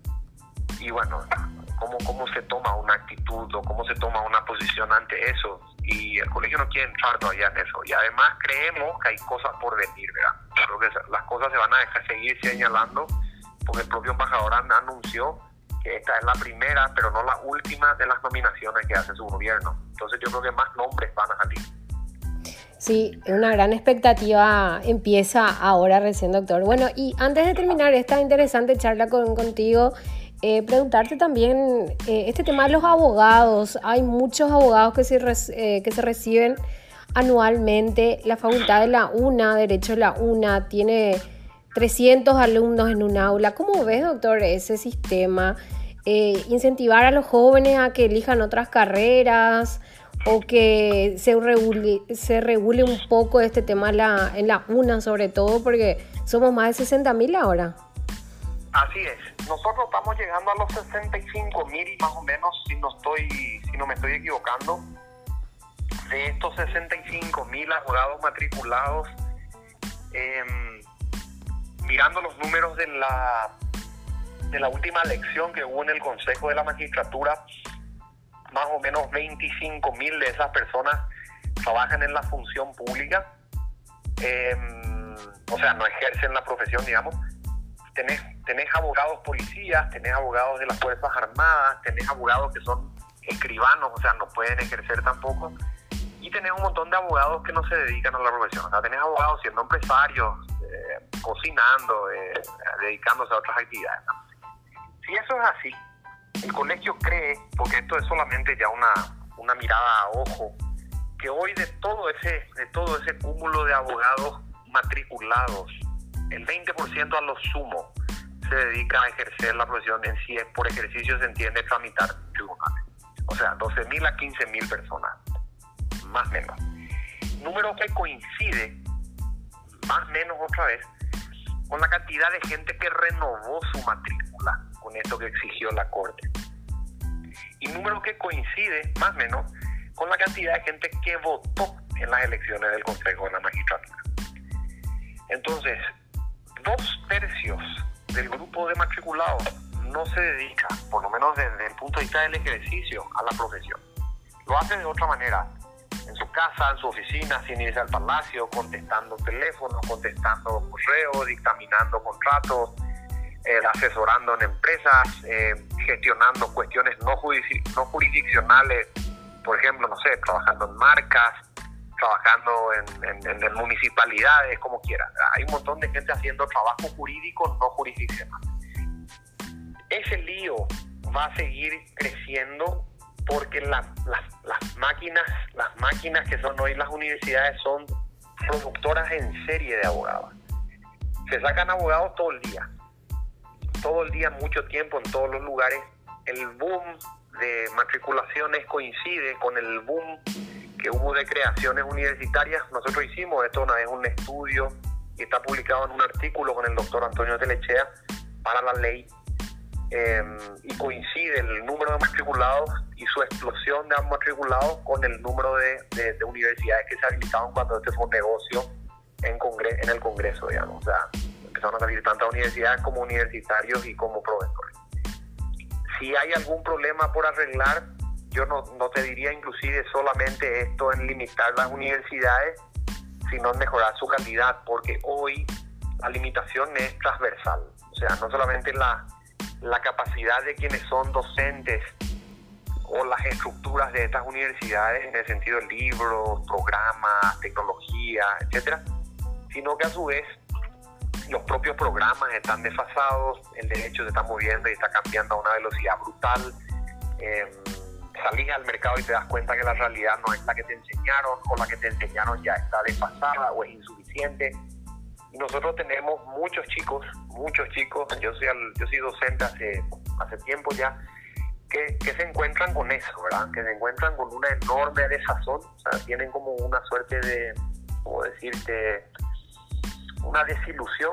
Y bueno, ¿cómo, cómo se toma una actitud o cómo se toma una posición ante eso? Y el colegio no quiere entrar todavía en eso. Y además creemos que hay cosas por venir, ¿verdad? Creo que las cosas se van a dejar seguir señalando porque el propio embajador anunció que esta es la primera, pero no la última de las nominaciones que hace su gobierno. Entonces yo creo que más nombres van a salir. Sí, una gran expectativa empieza ahora recién, doctor. Bueno, y antes de terminar esta interesante charla con, contigo, eh, preguntarte también eh, este tema de los abogados. Hay muchos abogados que se, eh, que se reciben anualmente. La facultad de la UNA, Derecho de la UNA, tiene trescientos alumnos en un aula. ¿Cómo ves, doctor, ese sistema? Eh, incentivar a los jóvenes a que elijan otras carreras o que se regule, se regule un poco este tema en la, en la UNA, sobre todo porque somos más de sesenta mil ahora. Así es. Nosotros estamos llegando a los sesenta y cinco mil más o menos, si no estoy, si no me estoy equivocando. De estos sesenta y cinco mil abogados matriculados, eh, mirando los números de la, de la última elección que hubo en el Consejo de la Magistratura, más o menos veinticinco mil de esas personas trabajan en la función pública, eh, o sea, no ejercen la profesión, digamos. Tenés, tenés abogados policías, tenés abogados de las Fuerzas Armadas, tenés abogados que son escribanos, o sea, no pueden ejercer tampoco, y tenés un montón de abogados que no se dedican a la profesión. O sea, tenés abogados siendo empresarios, eh, cocinando, eh, dedicándose a otras actividades, ¿no? Si eso es así, el colegio cree, porque esto es solamente ya una, una mirada a ojo, que hoy de todo ese, de todo ese cúmulo de abogados matriculados, el veinte por ciento a lo sumo se dedica a ejercer la profesión en sí. Por ejercicio se entiende tramitar tribunales. O sea, doce mil a quince mil personas, más o menos. Número que coincide, más o menos otra vez, con la cantidad de gente que renovó su matrícula con esto que exigió la Corte. Y número que coincide, más o menos, con la cantidad de gente que votó en las elecciones del Consejo de la Magistratura. Entonces, dos tercios del grupo de matriculados no se dedica, por lo menos desde el punto de vista del ejercicio, a la profesión. Lo hace de otra manera, en su casa, en su oficina, sin irse al palacio, contestando teléfonos, contestando correos, dictaminando contratos, eh, asesorando en empresas, eh, gestionando cuestiones no, judici- no jurisdiccionales, por ejemplo, no sé, trabajando en marcas, trabajando en, en, en municipalidades, como quiera. Hay un montón de gente haciendo trabajo jurídico no jurisdiccional. Ese lío va a seguir creciendo porque la, las, las máquinas, las máquinas que son hoy las universidades son productoras en serie de abogados. Se sacan abogados todo el día, todo el día, mucho tiempo, en todos los lugares. El boom de matriculaciones coincide con el boom que hubo de creaciones universitarias. Nosotros hicimos esto una vez, un estudio, y está publicado en un artículo con el doctor Antonio Telechea para la ley, eh, y coincide el número de matriculados y su explosión de matriculados con el número de, de, de universidades que se habilitaban cuando este fue un negocio en, congre- en el Congreso, digamos. O sea, empezaron a salir tantas universidades como universitarios y como profesores. Si hay algún problema por arreglar, yo no, no te diría inclusive solamente esto en limitar las universidades, sino en mejorar su calidad, porque hoy la limitación es transversal. O sea, no solamente la, la capacidad de quienes son docentes o las estructuras de estas universidades en el sentido de libros, programas, tecnología, etcétera, sino que a su vez los propios programas están desfasados, el derecho se está moviendo y está cambiando a una velocidad brutal. Eh, salís al mercado y te das cuenta que la realidad no es la que te enseñaron, o la que te enseñaron ya está desfasada o es insuficiente. Y nosotros tenemos muchos chicos, muchos chicos, yo soy, al, yo soy docente hace, hace tiempo ya, que, que se encuentran con eso, ¿verdad? Que se encuentran con una enorme desazón, o sea, tienen como una suerte de, ¿cómo decirte?, una desilusión,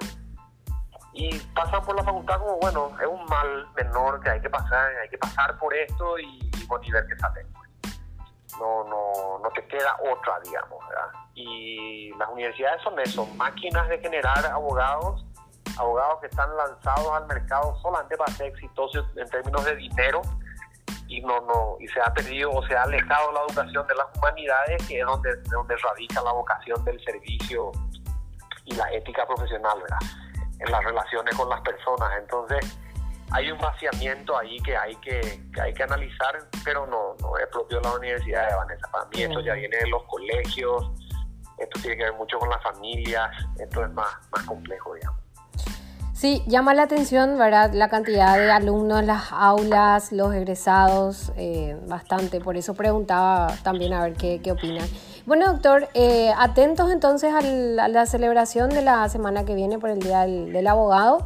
y pasan por la facultad como, bueno, es un mal menor que hay que pasar, hay que pasar por esto y, y, bueno, y ver qué sale. No, no, no te queda otra, digamos, ¿verdad? Y las universidades son eso, máquinas de generar abogados, abogados que están lanzados al mercado solamente para ser exitosos en términos de dinero, y no, no, y se ha perdido o se ha alejado la educación de las humanidades, que es donde, donde radica la vocación del servicio y la ética profesional, ¿verdad?, en las relaciones con las personas. Entonces hay un vaciamiento ahí que hay que, que hay que analizar, pero no, no es propio de la universidad de Vanessa. Para mí esto ya viene de los colegios, esto tiene que ver mucho con las familias, esto es más, más complejo, digamos. Sí, llama la atención, ¿verdad?, la cantidad de alumnos en las aulas, los egresados, eh, bastante. Por eso preguntaba también a ver qué, qué opinan. Bueno, doctor, eh, atentos entonces al, a la celebración de la semana que viene por el Día del, del Abogado.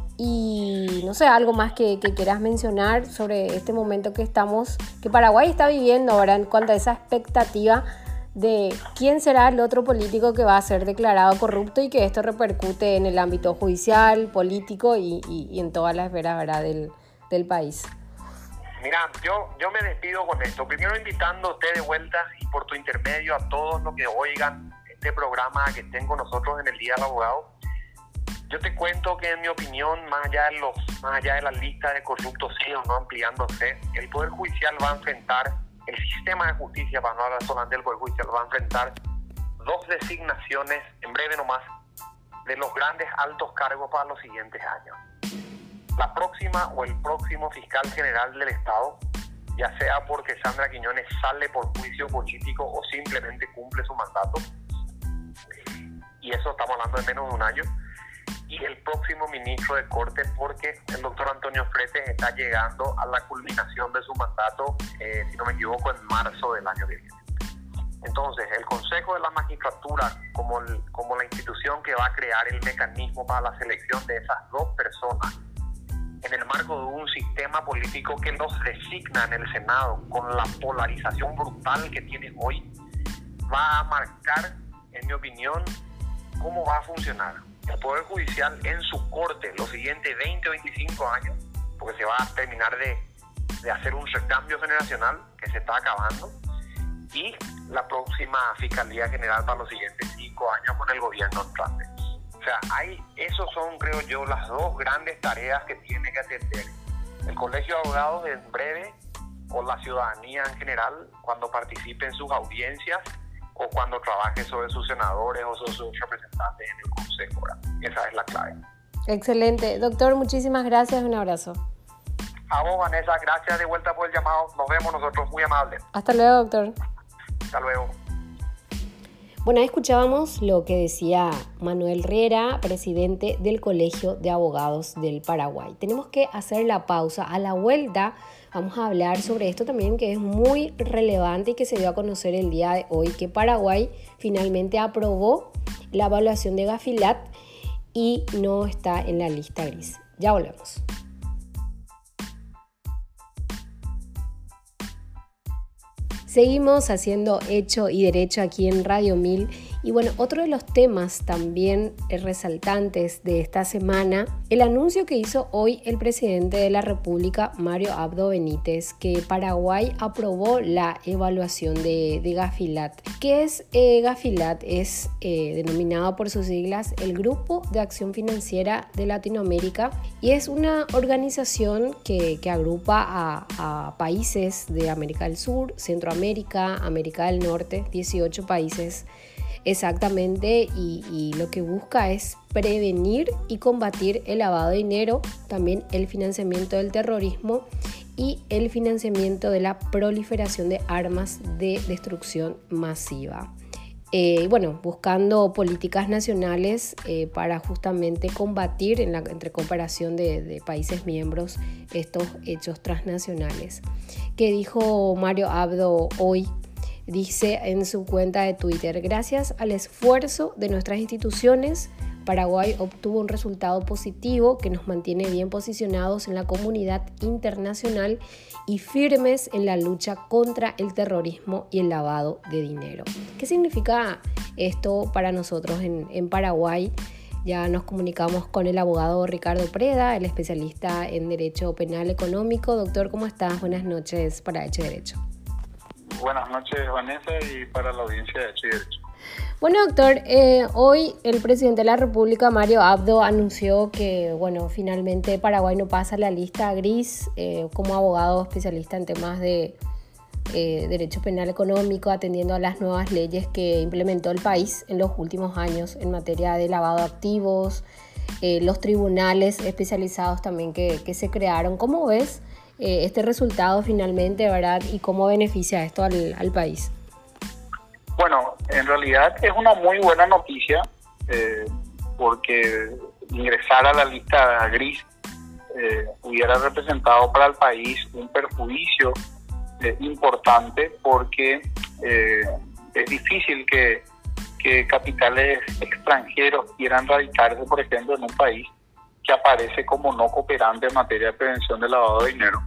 Y no sé, algo más que, que quieras mencionar sobre este momento que estamos, que Paraguay está viviendo ahora en cuanto a esa expectativa de quién será el otro político que va a ser declarado corrupto, y que esto repercute en el ámbito judicial, político y, y, y en todas las esferas, ¿verdad?, del, del país. Mira, yo, yo me despido con esto. Primero invitándote de vuelta y por tu intermedio a todos los que oigan este programa, que estén con nosotros en el Día del Abogado. Yo te cuento que, en mi opinión, más allá de, los, más allá de la lista de corruptos sí o no ampliándose, el Poder Judicial va a enfrentar, el sistema de justicia, para no hablar solamente del Poder Judicial, va a enfrentar dos designaciones, en breve nomás, de los grandes altos cargos para los siguientes años. La próxima o el próximo fiscal general del Estado, ya sea porque Sandra Quiñones sale por juicio político o simplemente cumple su mandato, y eso estamos hablando de menos de un año, y el próximo ministro de Corte, porque el doctor Antonio Fretes está llegando a la culminación de su mandato, eh, si no me equivoco, en marzo del año que viene. Entonces, el Consejo de la Magistratura, como, el, como la institución que va a crear el mecanismo para la selección de esas dos personas, en el marco de un sistema político que los designa en el Senado, con la polarización brutal que tiene hoy, va a marcar, en mi opinión, cómo va a funcionar el Poder Judicial en su corte los siguientes veinte o veinticinco años, porque se va a terminar de, de hacer un recambio generacional que se está acabando, y la próxima Fiscalía General para los siguientes cinco años con el gobierno entrante. O sea, hay, esos son, creo yo, las dos grandes tareas que tiene que atender el Colegio de Abogados en breve, o la ciudadanía en general, cuando participe en sus audiencias o cuando trabaje sobre sus senadores o sobre sus representantes en el Consejo. Esa es la clave. Excelente. Doctor, muchísimas gracias. Un abrazo. A vos, Vanessa, gracias de vuelta por el llamado. Nos vemos nosotros, muy amables. Hasta luego, doctor. Hasta luego. Bueno, ahí escuchábamos lo que decía Manuel Riera, presidente del Colegio de Abogados del Paraguay. Tenemos que hacer la pausa. A la vuelta vamos a hablar sobre esto también, que es muy relevante y que se dio a conocer el día de hoy, que Paraguay finalmente aprobó la evaluación de Gafilat y no está en la lista gris. Ya volvemos. Seguimos haciendo Hecho y Derecho aquí en Radio Mil. Y bueno, otro de los temas también resaltantes de esta semana, el anuncio que hizo hoy el presidente de la República, Mario Abdo Benítez, que Paraguay aprobó la evaluación de, de Gafilat. ¿Qué es eh, Gafilat? Es eh, denominado por sus siglas el Grupo de Acción Financiera de Latinoamérica y es una organización que, que agrupa a, a países de América del Sur, Centroamérica, América del Norte, dieciocho países exactamente, y, y lo que busca es prevenir y combatir el lavado de dinero, también el financiamiento del terrorismo y el financiamiento de la proliferación de armas de destrucción masiva. Eh, bueno, buscando políticas nacionales eh, para justamente combatir en la, entre cooperación de, de países miembros estos hechos transnacionales. ¿Qué dijo Mario Abdo hoy? Dice en su cuenta de Twitter: gracias al esfuerzo de nuestras instituciones, Paraguay obtuvo un resultado positivo que nos mantiene bien posicionados en la comunidad internacional y firmes en la lucha contra el terrorismo y el lavado de dinero. ¿Qué significa esto para nosotros en, en Paraguay? Ya nos comunicamos con el abogado Ricardo Preda, el especialista en Derecho Penal Económico. Doctor, ¿cómo estás? Buenas noches para Hecho y Derecho. Buenas noches, Vanessa, y para la audiencia de Hecho y Derecho. Bueno, doctor, eh, hoy el presidente de la República, Mario Abdo, anunció que, bueno, finalmente Paraguay no pasa a la lista gris eh, como abogado especialista en temas de eh, derecho penal económico, atendiendo a las nuevas leyes que implementó el país en los últimos años en materia de lavado de activos, eh, los tribunales especializados también que, que se crearon. ¿Cómo ves eh, este resultado finalmente, verdad, y cómo beneficia esto al, al país? Bueno, en realidad es una muy buena noticia eh, porque ingresar a la lista gris eh, hubiera representado para el país un perjuicio eh, importante porque eh, es difícil que, que capitales extranjeros quieran radicarse, por ejemplo, en un país que aparece como no cooperante en materia de prevención del lavado de dinero.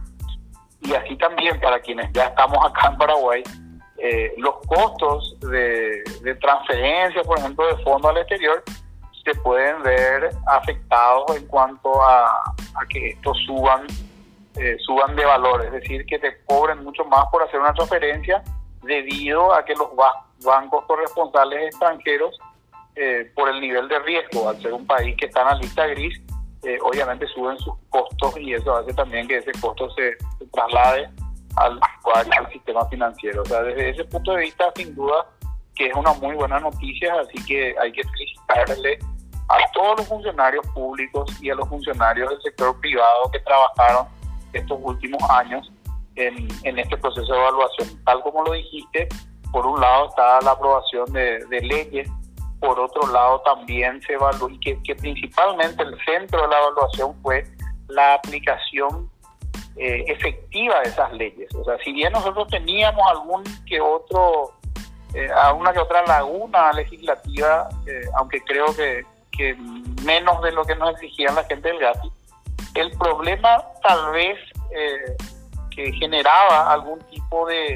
Y así también para quienes ya estamos acá en Paraguay, Eh, los costos de, de transferencia, por ejemplo, de fondos al exterior, se pueden ver afectados en cuanto a, a que estos suban, eh, suban de valor, es decir, que te cobren mucho más por hacer una transferencia debido a que los ba- bancos corresponsales extranjeros, eh, por el nivel de riesgo, al ser un país que está en la lista gris, eh, obviamente suben sus costos y eso hace también que ese costo se, se traslade Al, al sistema financiero. O sea, desde ese punto de vista, sin duda que es una muy buena noticia, así que hay que felicitarle a todos los funcionarios públicos y a los funcionarios del sector privado que trabajaron estos últimos años en, en este proceso de evaluación. Tal como lo dijiste, por un lado está la aprobación de, de leyes, por otro lado también se evaluó, y que, que principalmente el centro de la evaluación fue la aplicación Eh, efectiva de esas leyes. O sea, si bien nosotros teníamos algún que otro, eh, alguna que otra laguna legislativa, eh, aunque creo que, que menos de lo que nos exigían la gente del Gafi, el problema tal vez eh, que generaba algún tipo de,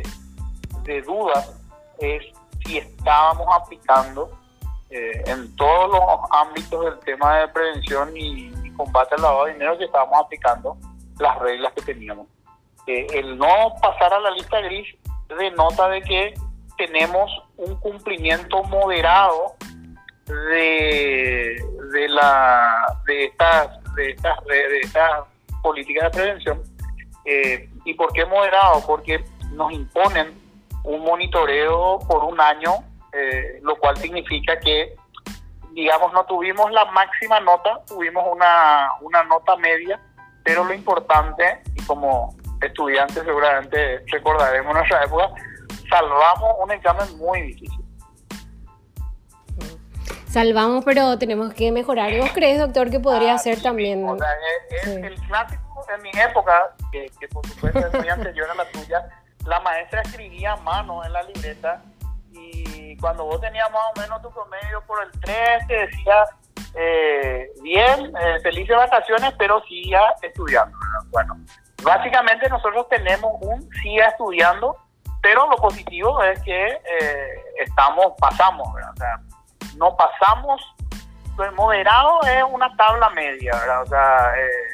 de dudas es si estábamos aplicando eh, en todos los ámbitos del tema de prevención y, y combate al lavado de dinero, que estábamos aplicando las reglas que teníamos. Eh, el no pasar a la lista gris denota de que tenemos un cumplimiento moderado de, de, la, de, estas, de, estas, de estas políticas de prevención. Eh, ¿Y por qué moderado? Porque nos imponen un monitoreo por un año, eh, lo cual significa que, digamos, no tuvimos la máxima nota, tuvimos una, una nota media, pero lo importante, y como estudiantes seguramente recordaremos en nuestra época, salvamos un examen muy difícil. Salvamos, pero tenemos que mejorar. ¿Y vos crees, doctor, que podría ah, ser sí, también? O sea, es, es sí. El clásico en mi época, que, que por supuesto es muy anterior a la tuya, la maestra escribía a mano en la libreta y cuando vos tenías más o menos tu promedio por el tres, te decía, eh, bien, eh, felices vacaciones, pero siga estudiando, ¿verdad? Bueno, básicamente nosotros tenemos un siga estudiando, pero lo positivo es que eh, estamos, pasamos, ¿verdad? O sea, no pasamos, el moderado es una tabla media, ¿verdad? O sea,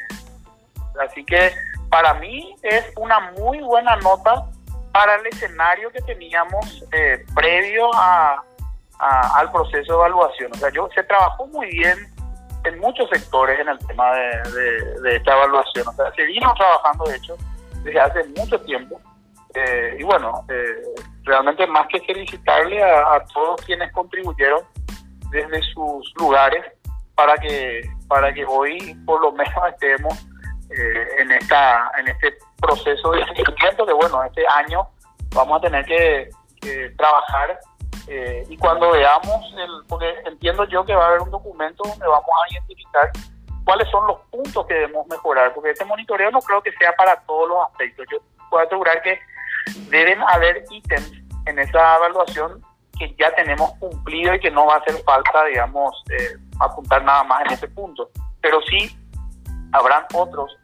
eh, así que para mí es una muy buena nota para el escenario que teníamos eh, previo a, a, al proceso de evaluación. O sea, yo, se trabajó muy bien en muchos sectores en el tema de, de, de esta evaluación. O sea, se vino trabajando, de hecho, desde hace mucho tiempo. Eh, y bueno, eh, realmente más que felicitarle a, a todos quienes contribuyeron desde sus lugares para que, para que hoy por lo menos estemos eh, en, esta, en este proceso de seguimiento que bueno, este año vamos a tener que, que trabajar eh, y cuando veamos, el, porque entiendo yo que va a haber un documento donde vamos a identificar cuáles son los puntos que debemos mejorar, porque este monitoreo no creo que sea para todos los aspectos. Yo puedo asegurar que deben haber ítems en esa evaluación que ya tenemos cumplido y que no va a hacer falta, digamos, eh, apuntar nada más en ese punto, pero sí habrán otros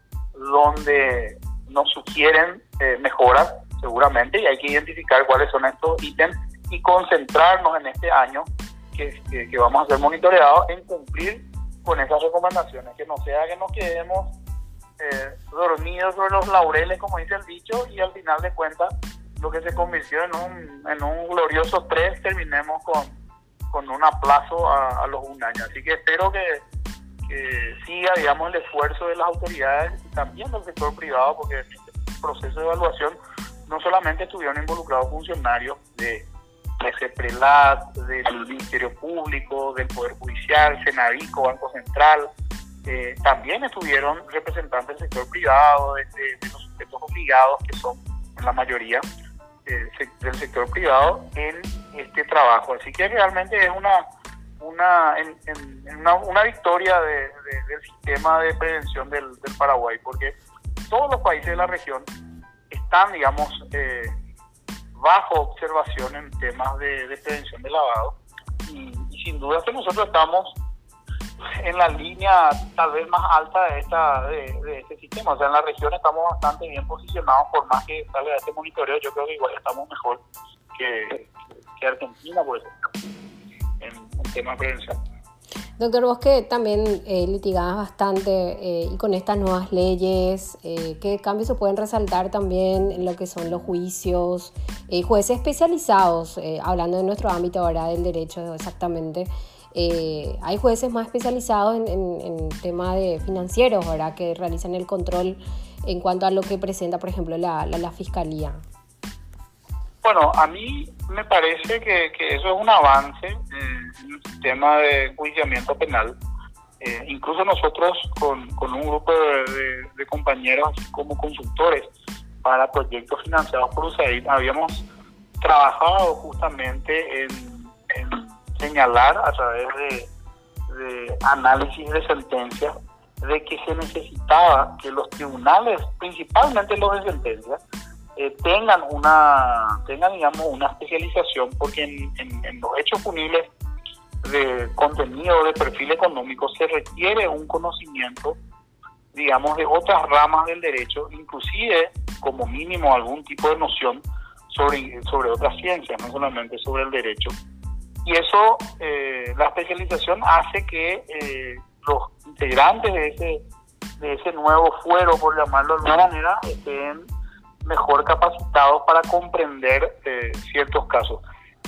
donde nos sugieren eh, mejoras seguramente y hay que identificar cuáles son estos ítems y concentrarnos en este año que, que, que vamos a ser monitoreados en cumplir con esas recomendaciones, que no sea que nos quedemos eh, dormidos sobre los laureles, como dice el dicho, y al final de cuentas lo que se convirtió en un, en un glorioso tres terminemos con, con un aplazo a, a los un año. Así que espero que, que siga, digamos, el esfuerzo de las autoridades y también del sector privado, porque en este proceso de evaluación no solamente estuvieron involucrados funcionarios de, de CEPRELAT, del Ministerio Público, del Poder Judicial, Senadico, Banco Central, eh, también estuvieron representantes del sector privado, de, de, de los sujetos obligados, que son en la mayoría eh, del sector privado, en este trabajo. Así que realmente es una una en, en, en una, una victoria de, de, del sistema de prevención del, del Paraguay, porque todos los países de la región están, digamos, eh, bajo observación en temas de, de prevención de lavado y, y sin duda que nosotros estamos en la línea tal vez más alta de esta de, de este sistema. O sea, en la región estamos bastante bien posicionados, por más que salga este monitoreo, yo creo que igual estamos mejor que, que Argentina, por ejemplo, en, en temas de prevención. Doctor, vos que también eh, litigabas bastante eh, y con estas nuevas leyes, eh, ¿qué cambios se pueden resaltar también en lo que son los juicios? Eh, jueces especializados, eh, hablando de nuestro ámbito ahora del derecho exactamente, eh, hay jueces más especializados en, en, en tema de financieros, ¿verdad?, que realizan el control en cuanto a lo que presenta, por ejemplo, la, la, la Fiscalía. Bueno, a mí me parece que, que eso es un avance eh, en el sistema de enjuiciamiento penal. Eh, incluso nosotros con, con un grupo de, de, de compañeros como consultores para proyectos financiados por U S A I D habíamos trabajado justamente en, en señalar a través de, de análisis de sentencias de que se necesitaba que los tribunales, principalmente los de sentencias, Eh, tengan una tengan digamos una especialización, porque en, en, en los hechos punibles de contenido de perfil económico se requiere un conocimiento, digamos, de otras ramas del derecho, inclusive como mínimo algún tipo de noción sobre, sobre otras ciencias, no solamente sobre el derecho. Y eso, eh, la especialización hace que eh, los integrantes de ese, de ese nuevo fuero, por llamarlo de alguna manera, estén mejor capacitados para comprender eh, ciertos casos.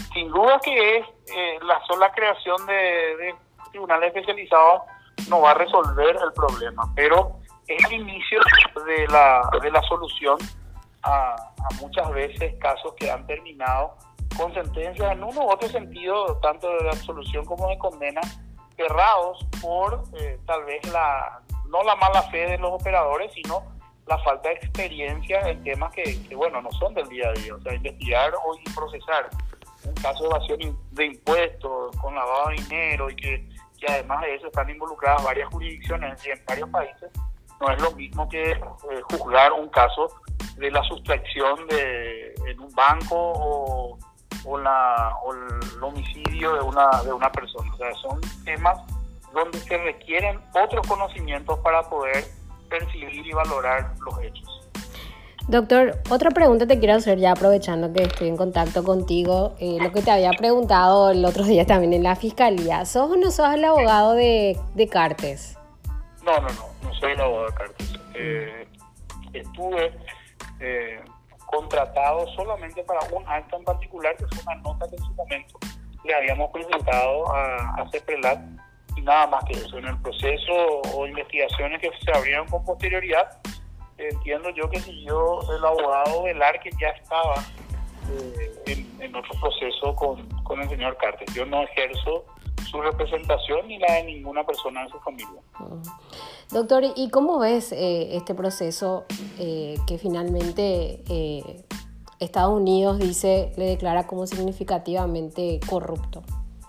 sin duda que es eh, la sola creación de, de tribunales especializados no va a resolver el problema, pero es el inicio de la, de la solución a, a muchas veces casos que han terminado con sentencias en uno u otro sentido, tanto de absolución como de condena, cerrados por eh, tal vez la no la mala fe de los operadores, sino la falta de experiencia en temas que, que bueno, no son del día a día. O sea, investigar o procesar un caso de evasión de impuestos con lavado de dinero y que, que además de eso están involucradas varias jurisdicciones y en varios países, no es lo mismo que eh, juzgar un caso de la sustracción de en un banco o, o, la, o el homicidio de una, de una persona. O sea, son temas donde se requieren otros conocimientos para poder percibir y valorar los hechos. Doctor, otra pregunta te quiero hacer ya aprovechando que estoy en contacto contigo. Eh, lo que te había preguntado el otro día también en la fiscalía. ¿Sos o no sos el abogado de, de Cartes? No, no, no, no soy el abogado de Cartes. Eh, estuve eh, contratado solamente para un acto en particular, que fue una nota que en su momento le habíamos presentado a, a CEPRELAT, y nada más que eso. En el proceso o investigaciones que se abrieron con posterioridad, entiendo yo que siguió el abogado Velar, que ya estaba eh, en, en otro proceso con, con el señor Cartes. Yo no ejerzo su representación ni la de ninguna persona de su familia. Uh-huh. Doctor, ¿y cómo ves eh, este proceso eh, que finalmente eh, Estados Unidos dice, le declara como significativamente corrupto?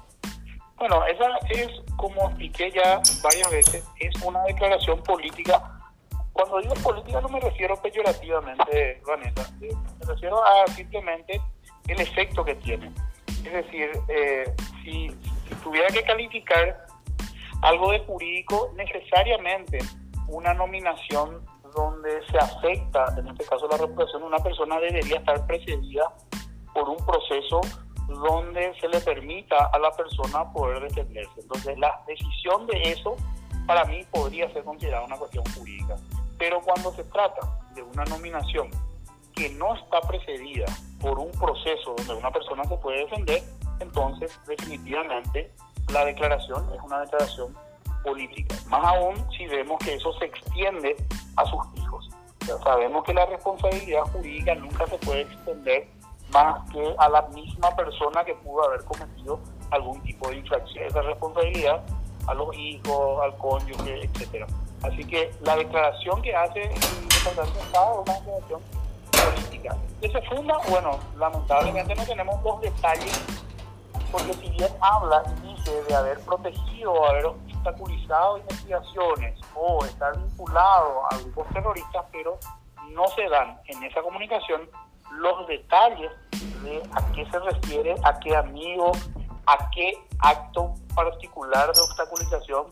Bueno, esa es, como expliqué ya varias veces, es una declaración política. Cuando digo política no me refiero peyorativamente, Vanessa, me refiero a simplemente el efecto que tiene. Es decir, eh, si, si tuviera que calificar algo de jurídico, necesariamente una nominación donde se afecta, en este caso la reputación de una persona, debería estar precedida por un proceso donde se le permita a la persona poder defenderse. Entonces, la decisión de eso, para mí, podría ser considerada una cuestión jurídica. Pero cuando se trata de una nominación que no está precedida por un proceso donde una persona se puede defender, entonces, definitivamente, la declaración es una declaración política. Más aún si vemos que eso se extiende a sus hijos. Ya sabemos que la responsabilidad jurídica nunca se puede extender más que a la misma persona que pudo haber cometido algún tipo de infracción. Esa responsabilidad a los hijos, al cónyuge, etcétera. Así que la declaración que hace el Departamento de Estado es una declaración política. ¿Qué se funda? Bueno, lamentablemente no tenemos los detalles, porque si bien habla y dice de haber protegido o haber obstaculizado investigaciones o estar vinculado a grupos terroristas, pero no se dan en esa comunicación los detalles de a qué se refiere, a qué amigo, a qué acto particular de obstaculización,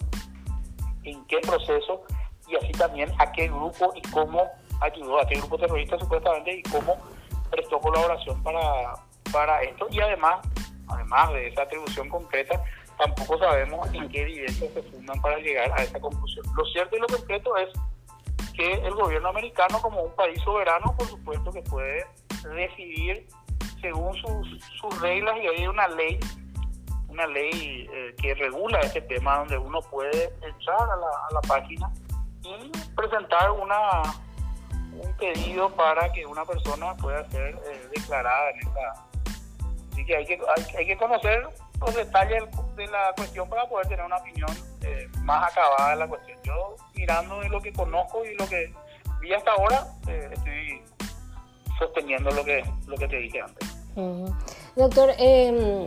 en qué proceso, y así también a qué grupo y cómo ayudó, a qué grupo terrorista supuestamente, y cómo prestó colaboración para, para esto. Y además, además de esa atribución concreta, tampoco sabemos en qué evidencias se fundan para llegar a esa conclusión. Lo cierto y lo concreto es que el gobierno americano, como un país soberano, por supuesto que puede decidir según sus, sus reglas, y hay una ley una ley eh, que regula este tema, donde uno puede entrar a la, a la página y presentar una un pedido para que una persona pueda ser eh, declarada en esta. Así que hay que hay, hay que conocer los detalles de la cuestión para poder tener una opinión eh, más acabada de la cuestión. Yo, mirando de lo que conozco y lo que vi hasta ahora, eh, estoy sosteniendo lo que lo que te dije antes. Uh-huh. Doctor, eh,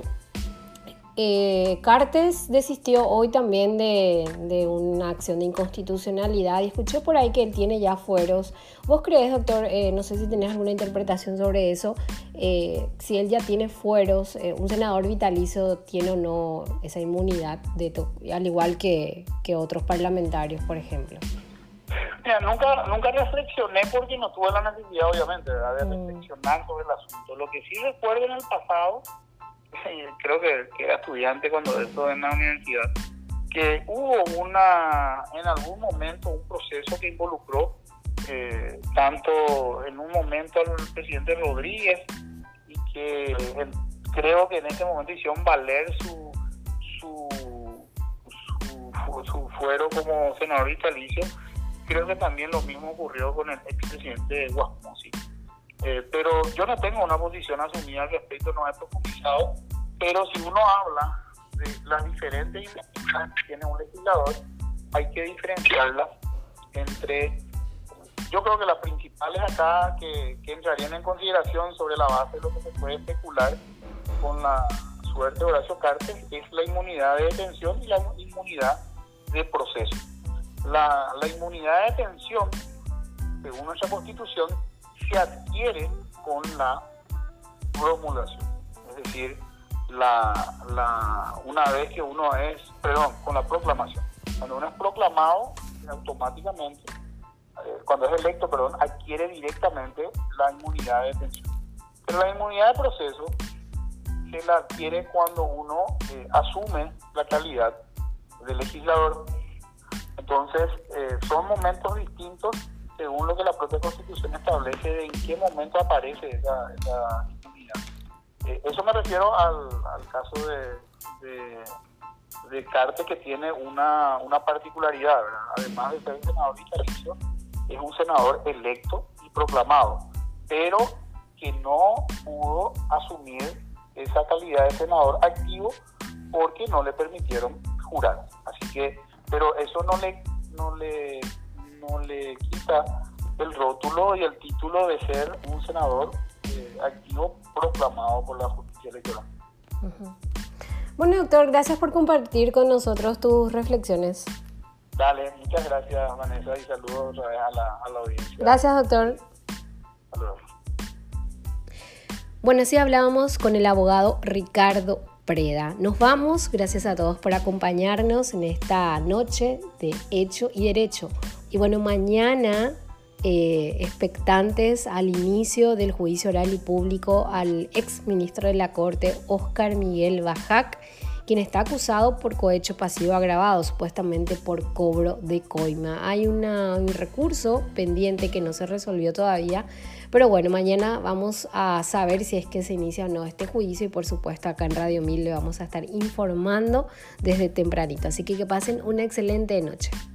eh, Cartes desistió hoy también de, de una acción de inconstitucionalidad, y escuché por ahí que él tiene ya fueros. ¿Vos crees, doctor, eh, no sé si tenés alguna interpretación sobre eso, eh, si él ya tiene fueros, eh, un senador vitalicio tiene o no esa inmunidad, de to- al igual que, que otros parlamentarios, por ejemplo? Mira, nunca, nunca reflexioné, porque no tuve la necesidad, obviamente, ¿verdad?, de mm. reflexionar sobre el asunto. Lo que sí recuerdo en el pasado, creo que, que era estudiante cuando eso en la universidad, que hubo una en algún momento un proceso que involucró eh, tanto en un momento al presidente Rodríguez, y que el, creo que en este momento hicieron valer su, su, su, su fuero como senador vitalicio. Creo que también lo mismo ocurrió con el expresidente Guasmosi. Eh, pero yo no tengo una posición asumida al respecto, no he profundizado, pero si uno habla de las diferentes investigaciones que tiene un legislador, hay que diferenciarlas entre, yo creo que las principales acá que, que entrarían en consideración sobre la base de lo que se puede especular con la suerte de Horacio Cartes es la inmunidad de detención y la inmunidad de proceso. La, la inmunidad de detención, según nuestra Constitución, se adquiere con la promulgación, es decir, la, la, una vez que uno es, perdón, con la proclamación. Cuando uno es proclamado, automáticamente, eh, cuando es electo, perdón, adquiere directamente la inmunidad de detención. Pero la inmunidad de proceso se la adquiere cuando uno eh, asume la calidad de legislador. Entonces, eh, son momentos distintos según lo que la propia Constitución establece de en qué momento aparece esa, esa inmunidad. Eh, eso me refiero al, al caso de, de, de Cartes, que tiene una, una particularidad, ¿verdad? Además de ser un senador vitalicio, es un senador electo y proclamado, pero que no pudo asumir esa calidad de senador activo porque no le permitieron jurar. Así que, pero eso no le, no le, no le quita el rótulo y el título de ser un senador eh, activo proclamado por la justicia electoral. Uh-huh. Bueno, doctor, gracias por compartir con nosotros tus reflexiones. Dale, muchas gracias, Vanessa, y saludos otra vez a la, a la audiencia. Gracias, doctor. Saludos. Bueno, así hablábamos con el abogado Ricardo Preda. Nos vamos, gracias a todos por acompañarnos en esta noche de Hecho y Derecho. Y bueno, mañana eh, expectantes al inicio del juicio oral y público al ex ministro de la Corte, Óscar Miguel Bajac, quien está acusado por cohecho pasivo agravado, supuestamente por cobro de coima. Hay una, un recurso pendiente que no se resolvió todavía, pero bueno, mañana vamos a saber si es que se inicia o no este juicio y por supuesto acá en Radio Mil le vamos a estar informando desde tempranito. Así que que pasen una excelente noche.